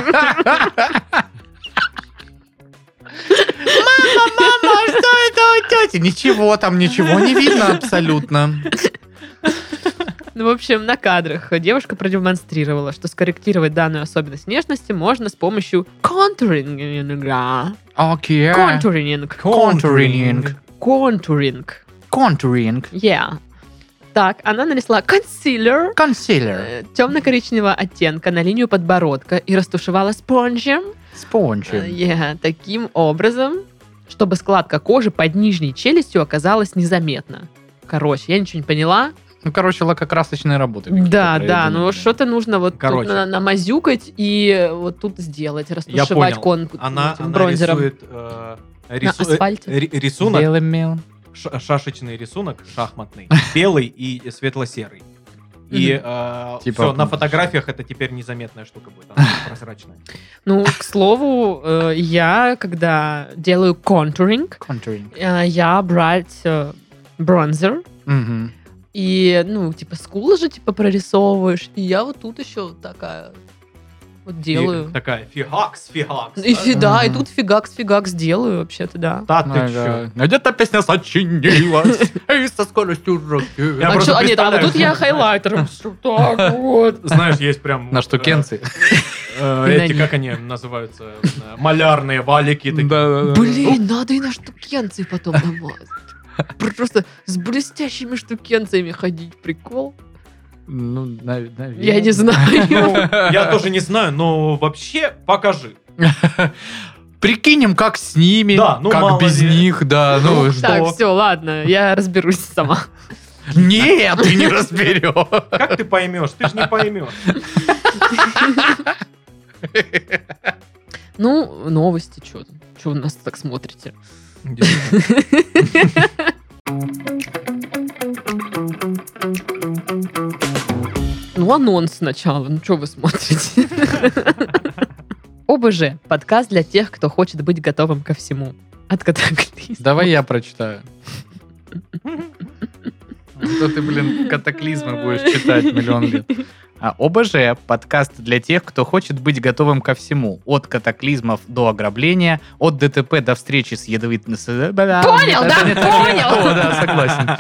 Мама, что это у тети? Ничего там, ничего не видно абсолютно. Ну, в общем, на кадрах девушка продемонстрировала, что скорректировать данную особенность внешности можно с помощью контуринга. Окей. Контуринг. Контуринг. Контуринг. Контуринг. Yeah. Так, она нанесла консилер Консилер. темно-коричневого оттенка на линию подбородка и растушевала спонжем. Спончем. Таким образом, чтобы складка кожи под нижней челюстью оказалась незаметна. Короче, я ничего не поняла. Ну, короче, лакокрасочные работы. какие-то Да, проведены, ну что-то нужно вот Короче. тут намазюкать и вот тут сделать, Я растушевать понял. Она бронзером. рисует На асфальте. рисунок, Белым мелом. шашечный рисунок, шахматный, белый и светло-серый. И Типа- все, на фотографиях это теперь незаметная штука будет, она прозрачная. Ну, к слову, я, когда делаю контуринг, Контуринг. я брать бронзер, Мгм. и, ну, типа, скулы же, типа, прорисовываешь, и я вот тут еще такая вот делаю. И такая фигакс. И, да, и тут фигакс делаю, вообще-то, да. Да ты Ага. чё? Где-то песня сочинилась и со скоростью ракеты. Я просто Нет, а вот представляю, тут я хайлайтером всё так вот. Знаешь, есть прям... На штукенции. Эти, как они называются? Малярные валики. такие. Да. Блин, надо и на штукенции потом намазать. Просто с блестящими штукенциями ходить, прикол. Ну, наверное. Я не знаю. Ну, я тоже не знаю, но вообще покажи. Прикинем, как с ними, Да, ну, как мало без ли. них, да. Ну, Так, все, ладно, я разберусь сама. нет, ты не разберешь. Как ты поймешь? Ты же не поймешь. Ну, новости, что там? Что вы нас так смотрите? Ну, анонс сначала. Ну, что вы смотрите? ОБЖ. Подкаст для тех, кто хочет быть готовым ко всему. От катаклизма. Давай я прочитаю. То ты, блин, катаклизмы будешь читать миллион лет. ОБЖ – подкаст для тех, кто хочет быть готовым ко всему. От катаклизмов до ограбления, от ДТП до встречи с ядовитым... Понял, да? Понял! Да, согласен.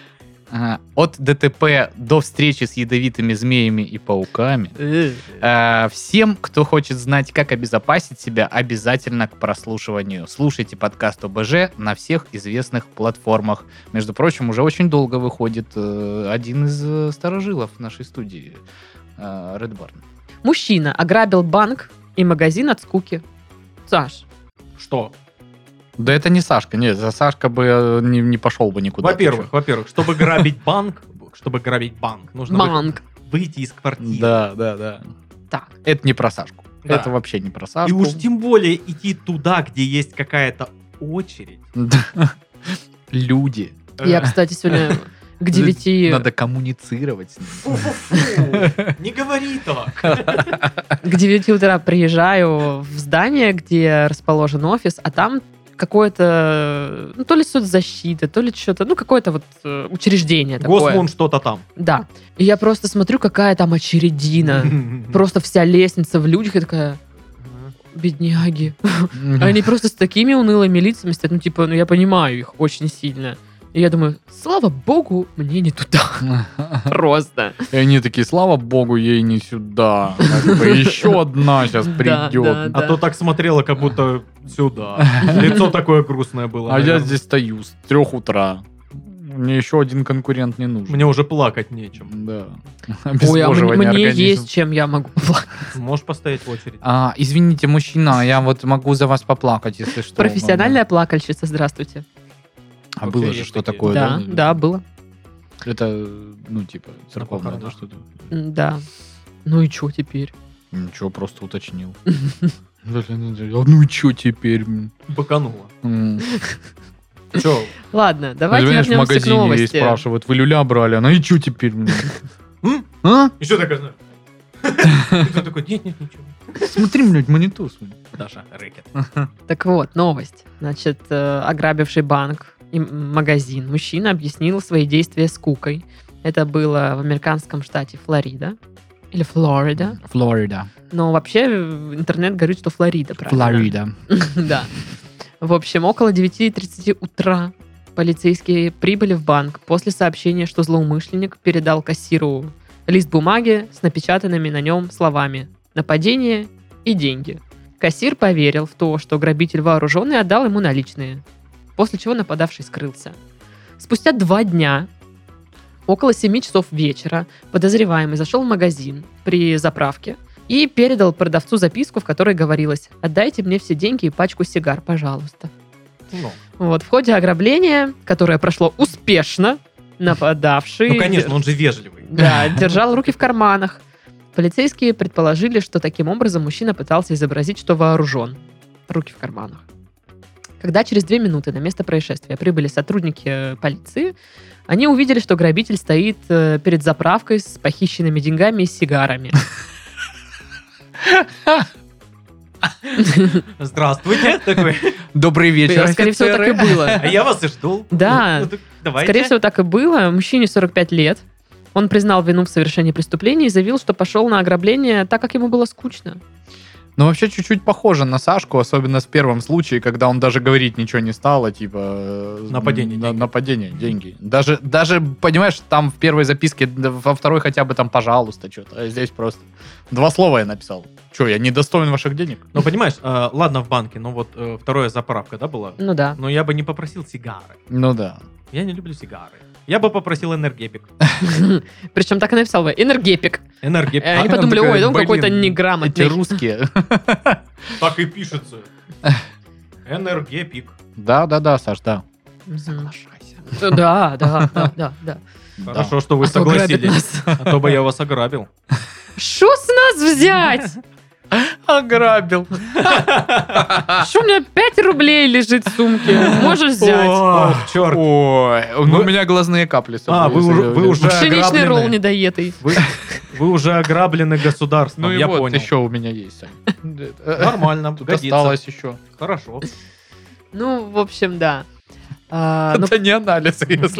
От ДТП до встречи с ядовитыми змеями и пауками. Всем, кто хочет знать, как обезопасить себя, обязательно к прослушиванию. Слушайте подкаст ОБЖ на всех известных платформах. Между прочим, уже очень долго выходит один из старожилов нашей студии, Red Barn. Мужчина ограбил банк и магазин от скуки. Саш. Что? Да это не Сашка, нет, за Сашка бы не пошел бы никуда. Во-первых, чтобы грабить банк, нужно Банк. выйти из квартиры. Да. Так. Это не про Сашку. Да. Это вообще не про И Сашку. уж тем более идти туда, где есть какая-то очередь. Да. Люди. Я, кстати, сегодня к 9... Надо коммуницировать с ним. Фу-фу-фу. Не говори так. К 9 утра приезжаю в здание, где расположен офис, а там какое-то, то ли соцзащита, то ли что-то, какое-то вот учреждение такое. Госмун что-то там. Да. И я просто смотрю, какая там очередина. Просто вся лестница в людях, и такая, бедняги. Они просто с такими унылыми лицами стоят, я понимаю их очень сильно. И я думаю, слава богу, мне не туда. Просто. И они такие, слава богу, ей не сюда. Еще одна сейчас придет. да. А то так смотрела, как будто сюда. Лицо такое грустное было. А я наверное. здесь стою с 3 утра. Мне еще один конкурент не нужен. Мне уже плакать нечем. Да. Ой, а Обезвоживание мне организма. есть чем я могу поплакать. Можешь постоять в очередь. Извините, мужчина, я вот могу за вас поплакать, если что. Профессиональная плакальщица, здравствуйте. А Вообще было же есть что такие. такое, да? Да, было. Это, церковное, да, похоронах. что-то? Да. Ну и что теперь? Ничего, просто уточнил. Ну и что теперь? Быкануло. М. Че? Ладно, давайте Знаешь, в вернемся к магазине ей новости. спрашивают, вы люля брали? Она, и что теперь? А? Еще такая, знаешь. И ты такой, нет, ничего. Смотри, блядь, монитор. Смотри. Даша, рэкет. Так вот, новость. Значит, ограбивший банк и магазин мужчина объяснил свои действия скукой. Это было в американском штате Флорида. Или Флорида. Флорида. Но вообще интернет говорит, что Флорида, правильно? Флорида. Да. В общем, около 9:30 утра полицейские прибыли в банк после сообщения, что злоумышленник передал кассиру лист бумаги с напечатанными на нем словами «нападение» и «деньги». Кассир поверил в то, что грабитель вооруженный, и отдал ему наличные, после чего нападавший скрылся. Спустя 2 дня, около 7 часов вечера, подозреваемый зашел в магазин при заправке и передал продавцу записку, в которой говорилось: «Отдайте мне все деньги и пачку сигар, пожалуйста». Ну, Вот, в ходе ограбления, которое прошло успешно, нападавший... конечно, он же вежливый. Да, держал руки в карманах. Полицейские предположили, что таким образом мужчина пытался изобразить, что вооружен. Руки в карманах. Когда через 2 минуты на место происшествия прибыли сотрудники полиции, они увидели, что грабитель стоит перед заправкой с похищенными деньгами и сигарами. Здравствуйте. Такой. Добрый вечер, Скорее всего, так и было. А я вас и жду. Да. Ну, так давайте. Скорее всего, так и было. Мужчине 45 лет. Он признал вину в совершении преступления и заявил, что пошел на ограбление, так как ему было скучно. Ну, вообще, чуть-чуть похоже на Сашку, особенно в первом случае, когда он даже говорить ничего не стало, типа... Нападение, деньги. Нападение, деньги. Даже, понимаешь, там в первой записке, во второй хотя бы там «пожалуйста» что-то, а здесь просто 2 слова я написал. Че, я недостоин ваших денег? Ну, понимаешь, ладно в банке, но вот вторая заправка, да, была? Ну да. Но я бы не попросил сигары. Ну да. Я не люблю сигары. Я бы попросил энергепик. Причем так и написал бы: «Энергепик». Энергепик. И они А, подумали: такая, ой, он блин, какой-то Эти неграмотный. русские. Так и пишется. Энергепик. Да, Саш, да. Мгм. Да. Хорошо, что вы А то грабят согласились. нас. А то бы я вас ограбил. Шо с нас взять? Ограбил. Что у меня 5 рублей лежит в сумке? Можешь взять. Ох, черт. Ой, у меня глазные капли. Вы уже Пшеничный ограблены. ролл недоедый. Вы уже ограблены государством, Ну и я вот понял. еще у меня есть. Сань. Нормально, Тут годится. осталось еще. Хорошо. Ну, в общем, да. Ну, Это не анализ, если...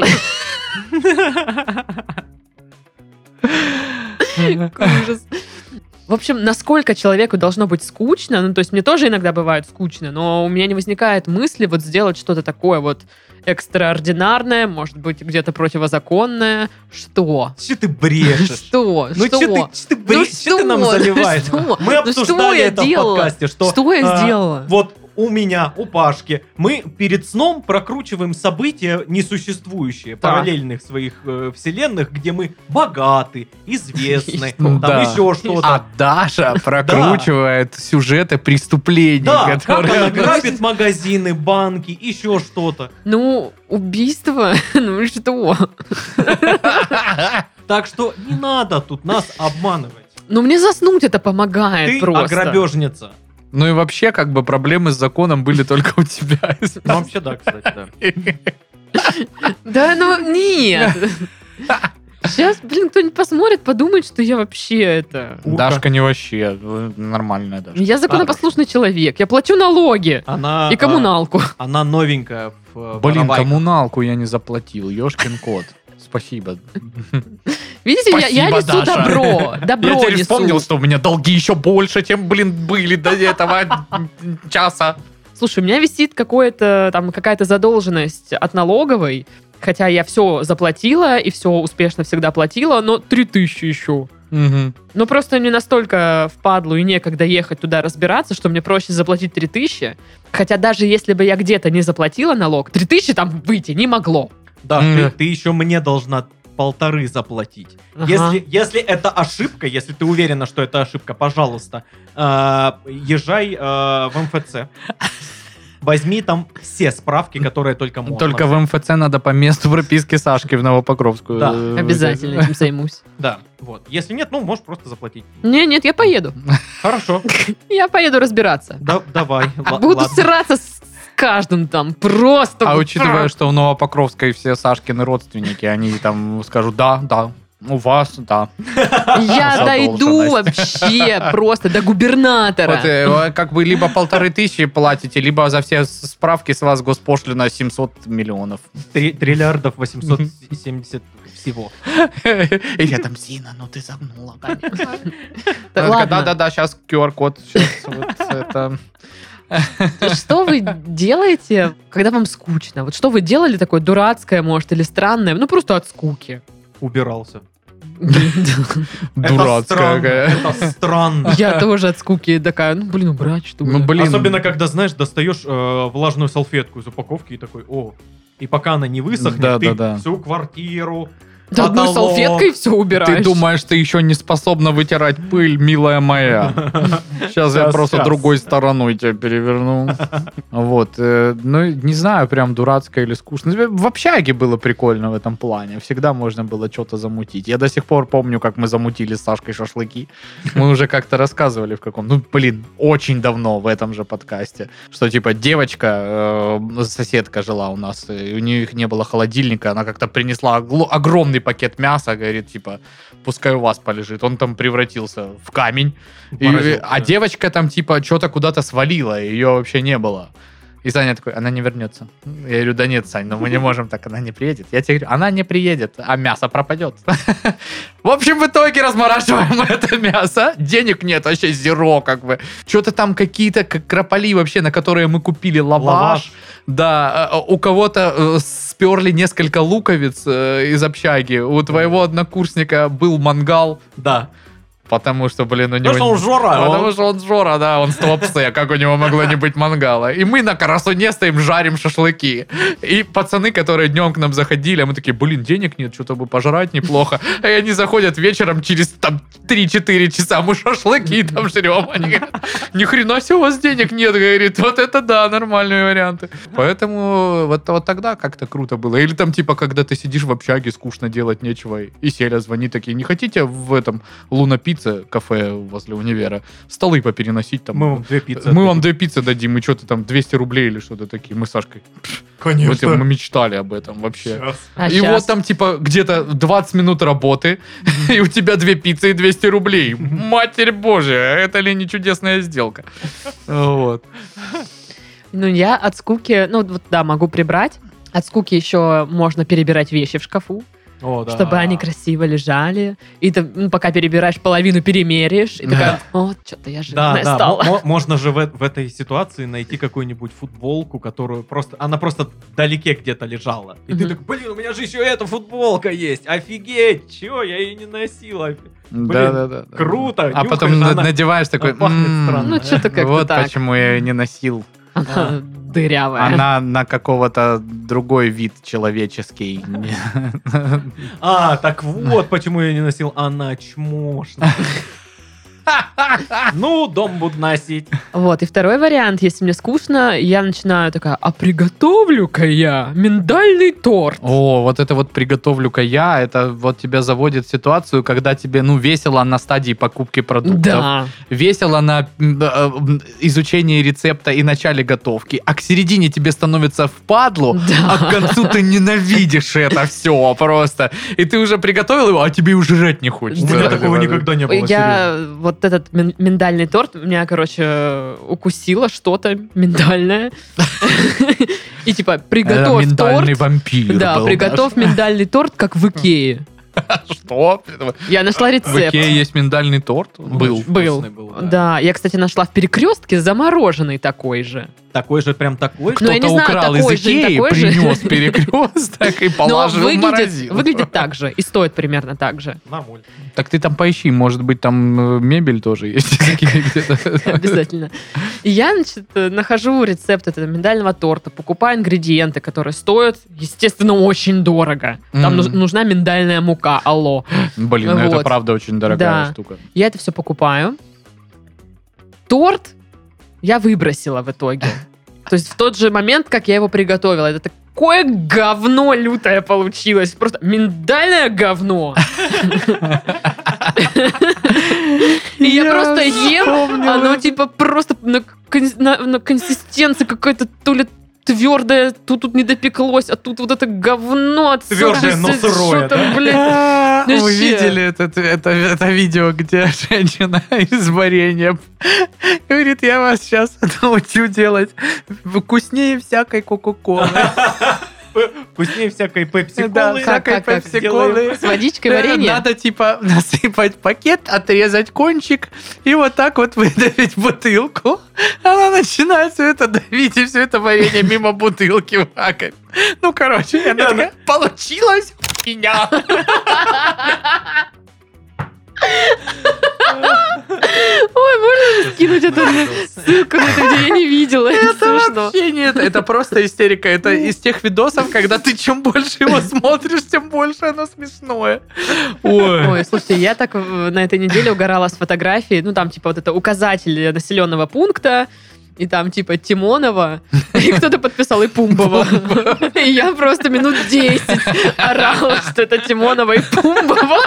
ужас. В общем, насколько человеку должно быть скучно, ну, то есть мне тоже иногда бывает скучно, но у меня не возникает мысли вот сделать что-то такое вот экстраординарное, может быть, где-то противозаконное. Что? Что ты брешешь? Что? Ну что ты брешешь? Что ты нам заливаешь? Что? Мы обсуждали это в подкасте, что... Что я сделала? Вот у меня, у Пашки, мы перед сном прокручиваем события несуществующие, параллельных своих вселенных, где мы богаты, известны, Ну там да. еще что-то. А Даша прокручивает сюжеты преступлений, Да, как она которые... грабит магазины, банки, еще что-то. Ну, убийство? Ну и что? Так что не надо тут нас обманывать. Ну, мне заснуть это помогает Ты просто. грабежница. Ну и вообще, как бы, проблемы с законом были только у тебя. Ну, вообще, да, кстати, да. Да, ну, нет. Сейчас, блин, кто-нибудь посмотрит, подумает, что я вообще это... Дашка не вообще, нормальная Дашка. Я законопослушный человек, я плачу налоги Она, и коммуналку. Она новенькая в Блин, воровайках. коммуналку я не заплатил, ёшкин кот. Спасибо. Видите, я Спасибо, несу Даша. добро. Добро Я теперь несу. вспомнил, что у меня долги еще больше, чем, блин, были до этого часа. Слушай, у меня висит какая-то задолженность от налоговой, хотя я все заплатила и все успешно всегда платила, но 3000 еще. Мгм. Но просто мне настолько впадлу и некогда ехать туда разбираться, что мне проще заплатить 3000. Хотя даже если бы я где-то не заплатила налог, 3000 там выйти не могло. Да, ты еще мне должна 1500 заплатить. Ага. Если это ошибка, если ты уверена, что это ошибка, пожалуйста, езжай в МФЦ. Возьми там все справки, которые только можно. Только в МФЦ надо по месту прописки Сашки в Новопокровскую. Да, Обязательно этим займусь. Да, вот. Если нет, ну, можешь просто заплатить. Нет, я поеду. Хорошо, Я поеду разбираться. давай. Буду ладно. сраться с каждым там. Просто. А учитывая, что в Новопокровской все Сашкины родственники, они там скажут, да, у вас, да. Я дойду задолженность. вообще просто до губернатора. Вот, как бы либо 1500 платите, либо за все справки с вас госпошлина 700 миллионов. Триллиардов 870 всего. И я там, Зина, ну ты загнула, конечно. Ладно. Да, сейчас QR-код. Сейчас вот это... Что вы делаете, когда вам скучно? Вот что вы делали такое дурацкое, может, или странное? Ну, просто от скуки. Убирался. Дурацкая. Это странно. Я тоже от скуки такая, ну, блин, убрать что ли? Ну, блин. Особенно, когда, знаешь, достаешь влажную салфетку из упаковки и такой, и пока она не высохнет, Да, ты да, да. всю квартиру, Да одной потолок. салфеткой все убираешь. Ты думаешь, ты еще не способна вытирать пыль, милая моя. Сейчас я просто другой стороной тебя переверну. Вот. Ну, не знаю, прям дурацкое или скучно. В общаге было прикольно в этом плане. Всегда можно было что-то замутить. Я до сих пор помню, как мы замутили с Сашкой шашлыки. Мы уже как-то рассказывали в каком... Ну, блин, очень давно в этом же подкасте. Что, типа, девочка, соседка жила у нас, и у них не было холодильника, она как-то принесла огромный пакет мяса, говорит, типа, пускай у вас полежит. Он там превратился в камень. А девочка там, типа, что-то куда-то свалила, ее вообще не было. И Саня такой, она не вернется. Я говорю, да нет, Сань, ну мы не можем так, она не приедет. Я тебе говорю, она не приедет, а мясо пропадет. В общем, в итоге размораживаем это мясо. Денег нет, вообще зеро, как бы. Что-то там какие-то крополи вообще, на которые мы купили лаваш. Да, у кого-то сперли несколько луковиц из общаги. У твоего однокурсника был мангал. Да. Потому что, блин, у него... Потому что он Жора. Потому что он Жора, да, он стопсе. Как у него могло не быть мангала? И мы на карасуне стоим, жарим шашлыки. И пацаны, которые днем к нам заходили, а мы такие, блин, денег нет, что-то бы пожрать неплохо. И они заходят вечером, через там 3-4 часа мы шашлыки там жрем. Они говорят, ни хрена себе у вас денег нет, говорит. Вот это да, нормальные варианты. Поэтому вот тогда как-то круто было. Или там типа, когда ты сидишь в общаге, скучно делать нечего, и Селя звонит такие, не хотите в этом Луна-пицца, кафе возле универа, столы попереносить там. Мы вам 2 пиццы. Мы вам 2 пиццы дадим, и что-то там 200 рублей или что-то такие. Мы с Сашкой, Конечно. мы мечтали об этом вообще. Сейчас. А И щас? вот там типа где-то 20 минут работы, и у тебя 2 пиццы и 200 рублей. Матерь Божья, это ли не чудесная сделка? Вот. Ну, я от скуки, ну, вот да, могу прибрать. От скуки еще можно перебирать вещи в шкафу, О, да. чтобы они красиво лежали. И ты, пока перебираешь, половину перемеряешь. И такая, что-то я жирная Да, стала. можно же в этой ситуации найти какую-нибудь футболку, которую она просто вдалеке где-то лежала. И ты такой, блин, у меня же еще эта футболка есть, офигеть, чё, я ее не носил, блин, Да. круто. А потом нюхаешь, она надеваешь такой, пахнет странно. Ну, что-то как-то вот так. почему я ее не носил. Она дырявая. Она на какого-то другой вид человеческий. Так вот, почему я не носил, она чмошная. Ну, дом буду носить. Вот, и второй вариант, если мне скучно, я начинаю такая, а приготовлю-ка я миндальный торт. О, вот это вот приготовлю-ка я, это вот тебя заводит в ситуацию, когда тебе, весело на стадии покупки продуктов, Да. весело на изучении рецепта и начале готовки, а к середине тебе становится впадлу, Да. а к концу ты ненавидишь это все просто. И ты уже приготовил его, а тебе уже жрать не У хочется. меня такого никогда не было, серьезно. Я вот этот миндальный торт меня, короче, укусило что-то миндальное. И типа, приготовь миндальный торт. вампир. Да, был, приготовь миндальный торт, как в Икее. Что? Я нашла В рецепт. Икее есть миндальный торт? Был. Был. Вкусный был, Да, я, кстати, нашла в перекрестке замороженный такой же. Такой же, прям такой же. Ну, я не Кто-то знаю, украл такой из же, не Икеи, такой же. принес перекресток и Но положил в морозилку. выглядит так же и стоит примерно так же. Нормально. Так ты там поищи, может быть, там мебель тоже есть. где-то. Обязательно. И я, значит, нахожу рецепт этого миндального торта, покупаю ингредиенты, которые стоят, естественно, очень дорого. Там нужна миндальная мука, алло. Блин, ну это Вот. правда очень дорогая Да. штука. Я это все покупаю. Торт я выбросила в итоге. То есть в тот же момент, как я его приготовила. Это такое говно лютое получилось. Просто миндальное говно. И я просто ем, оно типа просто на консистенции какая-то то ли твердое, тут не допеклось, а тут вот это говно Твердое, но сырое, что-то, да? блин. Вы Вообще. видели это видео, где женщина из варенья говорит, я вас сейчас научу делать вкуснее всякой кока-колы. Вкуснее всякой Да, пепси-колы. всякой как пепси-колы. С водичкой варенье? Надо типа насыпать пакет, отрезать кончик и вот так вот выдавить бутылку. Она начинает все это давить, и все это варенье мимо бутылки в раковину. Ну, короче, я такая, получилось у меня. Ой, можно скинуть эту ссылку на это, где я не видела? Это смешно. Вообще нет, это просто истерика. Это из тех видосов, когда ты чем больше его смотришь, тем больше оно смешное. Ой. Ой, слушайте, я так на этой неделе угорала с фотографией, ну там типа вот это указатель населенного пункта, и там типа Тимонова, и кто-то подписал и Пумбова. И я просто минут 10 орала, что это Тимонова и Пумбова.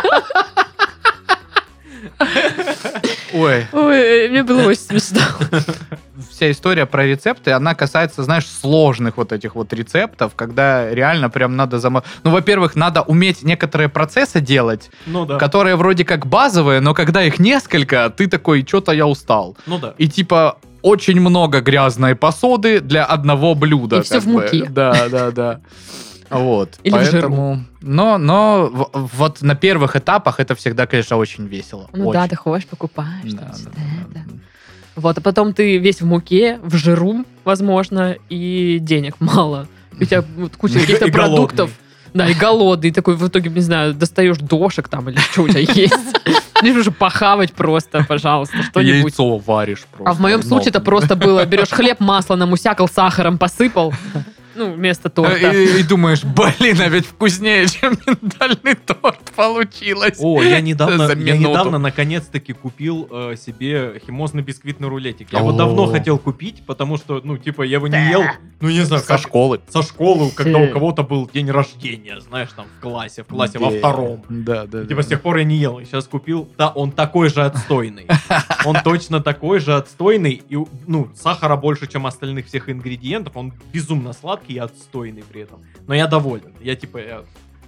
Ой. Ой, мне было очень смешно. Вся история про рецепты, она касается, знаешь, сложных вот этих вот рецептов, когда реально прям надо Ну, во-первых, надо уметь некоторые процессы делать, Ну да. которые вроде как базовые, но когда их несколько, ты такой, что-то я устал. Ну да. И типа очень много грязной посуды для одного блюда. И всё в муке. Да. Вот. Или в поэтому... Но вот на первых этапах это всегда, конечно, очень весело. Ну Очень. да, ты ходишь, покупаешь. Да, там всё да, это. да. Вот, а потом ты весь в муке, в жиру, возможно, и денег мало. У тебя вот куча каких-то И голодный. продуктов. Да, и голодный. Такой в итоге, не знаю, достаешь дошек там или что у тебя есть. Лишь уже похавать просто, пожалуйста, что-нибудь. Яйцо варишь просто. А в моем случае это просто было, берешь хлеб, масло намусякал, сахаром посыпал, ну, вместо торта. И думаешь, блин, а ведь вкуснее, чем миндальный торт получилось. О, я За минуту. недавно наконец-таки купил себе химозный бисквитный рулетик. Я его О. давно хотел купить, потому что, ну, типа, я его не ел, ну, не знаю, Со школы. со школы, когда Фу. у кого-то был день рождения, знаешь, там, в классе во втором. Да. Типа, с тех пор я не ел. Сейчас купил, да, он такой же отстойный. Он точно такой же отстойный. И, ну, сахара больше, чем остальных всех ингредиентов. Он безумно сладкий и отстойный при этом. Но я доволен. Я, типа,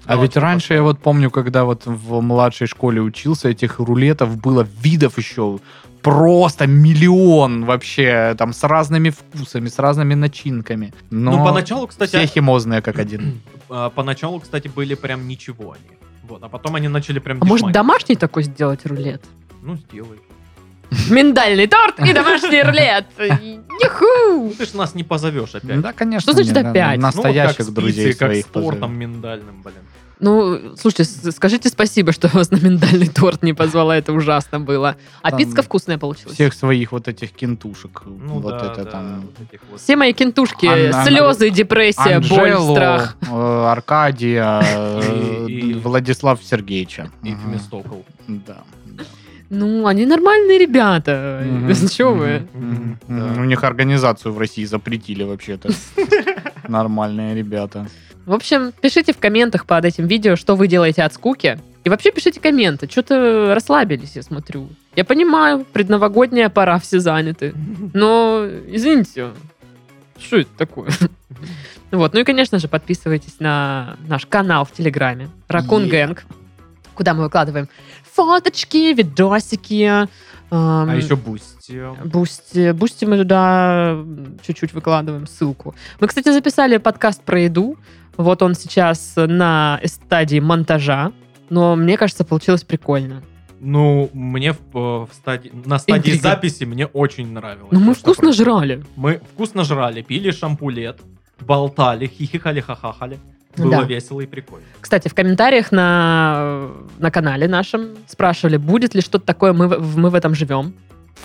А ведь раньше я вот помню, когда вот в младшей школе учился, этих рулетов было видов еще просто миллион вообще, там с разными вкусами, с разными начинками. Но Ну, поначалу, кстати, все химозные как один. поначалу, кстати, были прям ничего они. Вот, а потом они начали прям А может, дешманить. домашний такой сделать рулет? Ну, сделай. Миндальный торт и домашний рулет. Юху! Ну, ты ж нас не позовешь опять. Да, конечно. Что значит нет, опять? Настоящих ну, вот как друзей с пиццей, своих как с тортом позовем. миндальным, блин. Ну, слушайте, скажите спасибо, что вас на миндальный торт не позвала, это ужасно было. А Там пицца вкусная получилась. Всех своих вот этих кентушек. Ну, вот да, это да, там. вот этих вот. Все мои кентушки, Ан- слезы, депрессия, боль, Анжелу, страх. Аркадия, И- Владислав Сергеевича. И Мгм. Фемистокл. Да. Ну, они нормальные ребята. Мгм. Чего вы? Мгм. Да. У них организацию в России запретили вообще-то. Нормальные ребята. В общем, пишите в комментах под этим видео, что вы делаете от скуки. И вообще пишите комменты. Что-то расслабились, я смотрю. Я понимаю, предновогодняя пора, все заняты. Но, извините, что это такое? Вот. Ну и, конечно же, подписывайтесь на наш канал в Телеграме. Raccoon Gang, куда мы выкладываем фоточки, видосики. А еще Бусти. Бусти мы туда чуть-чуть выкладываем ссылку. Мы, кстати, записали подкаст про еду. Вот он сейчас на стадии монтажа. Но мне кажется, получилось прикольно. Ну, мне на стадии Интрига. записи мне очень нравилось. Но мы то, что вкусно происходит. жрали. Мы вкусно жрали, пили шампулет, болтали, хихикали, хахахали. Было Да. весело и прикольно. Кстати, в комментариях на канале нашем спрашивали, будет ли что-то такое «Мы в этом живем».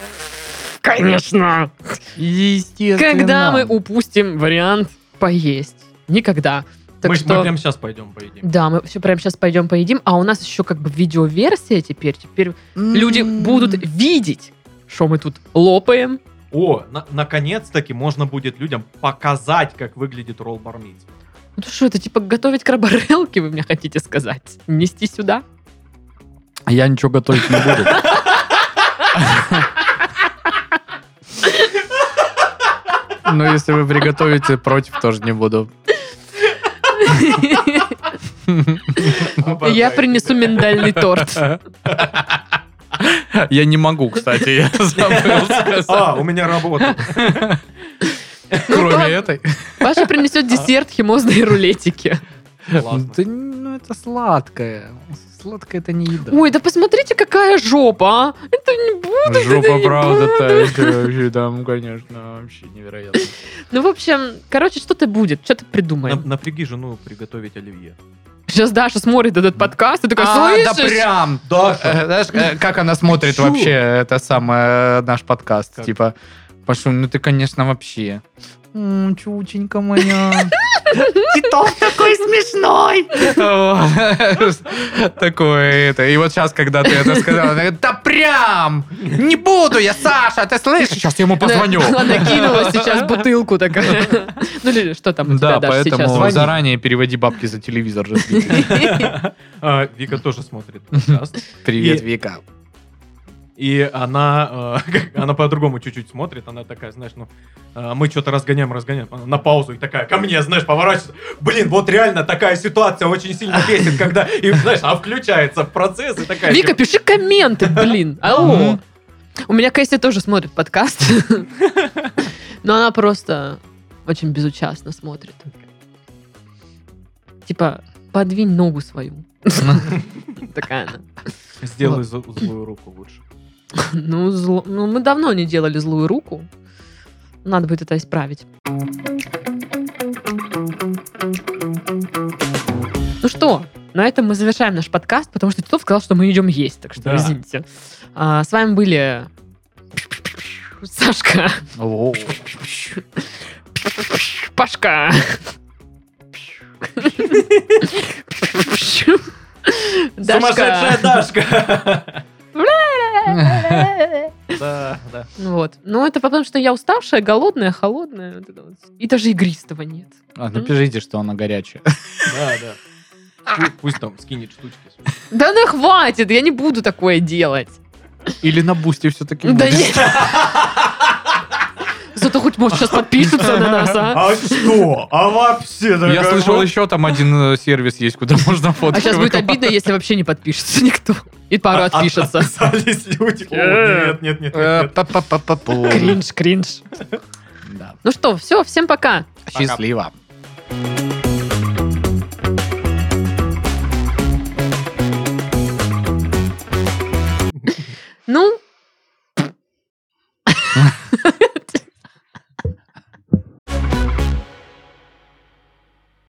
Конечно! Естественно. Когда мы упустим вариант поесть? Никогда. Так Мы что... прямо сейчас пойдем поедим. Да, мы все прямо сейчас пойдем поедим, а у нас еще как бы видеоверсия теперь. Теперь люди будут видеть, что мы тут лопаем. О, наконец-таки можно будет людям показать, как выглядит ролл бармиц. Ну что, это типа готовить краборелки, вы мне хотите сказать? Нести сюда? Я ничего готовить не буду. Но если вы приготовите, против тоже не буду. Я принесу миндальный торт. Я не могу, кстати, я забыл сказать. У меня работа. Кроме этой. Паша принесет десерт, химозные рулетики. Классно. Да, ну это сладкое. Сладкое это не еда. Ой, да посмотрите, какая жопа, а! Это не буду, это Жопа, не правда-то, буду. это вообще там, конечно, вообще невероятно. Ну, в общем, короче, что-то будет, что-то придумаем. Напряги жену приготовить оливье. Сейчас Даша смотрит этот подкаст и такая, Да слышишь? прям! Даша! Знаешь, как она смотрит Чё? вообще это самое, наш подкаст? Как? Типа, Пашу, ну ты, конечно, вообще. Чученька моя. Титов такой смешной. Такое это. И вот сейчас, когда ты это сказала, она говорит, да прям! Не буду я, Саша, ты слышишь? Сейчас я ему позвоню. Она кинула сейчас бутылку такая. Ну, или что там у тебя, Да, Даша, сейчас? поэтому Звони. заранее переводи бабки за телевизор. же. Вика тоже смотрит подкаст. Привет, И- Вика. И она по-другому чуть-чуть смотрит. Она такая, знаешь, мы что-то разгоняем. Она на паузу и такая ко мне, знаешь, поворачивается. Блин, вот реально такая ситуация очень сильно бесит, когда, и знаешь, включается в процесс и такая... Вика, пиши комменты, блин. Алло. У меня Кэсси тоже смотрит подкаст. Но она просто очень безучастно смотрит. Типа, подвинь ногу свою. Такая она. Сделай злую руку лучше. Ну, мы давно не делали злую руку. Надо будет это исправить. Ну что, на этом мы завершаем наш подкаст, потому что Титов сказал, что мы идем есть, так что Да. извините. С вами были Сашка, О. Пашка, Сумасшедшая Дашка. Дашка! Да. Вот. Ну, это потому, что я уставшая, голодная, холодная. Вот это вот. И даже игристого нет. Напишите, что она горячая. Да. Пусть там скинет штучки. Да ну хватит, я не буду такое делать. Или на бусте все-таки Да нет. Зато хоть, может, сейчас подпишутся на нас, а? А что? А вообще? Я слышал, еще там один сервис есть, куда можно фотки А сейчас будет выкладывать. обидно, если вообще не подпишется никто. И пару отпишется. Отписались люди. О, нет. Па-па-па-па-пу. Кринж. Да. Ну что, все, всем пока. Счастливо. Ну,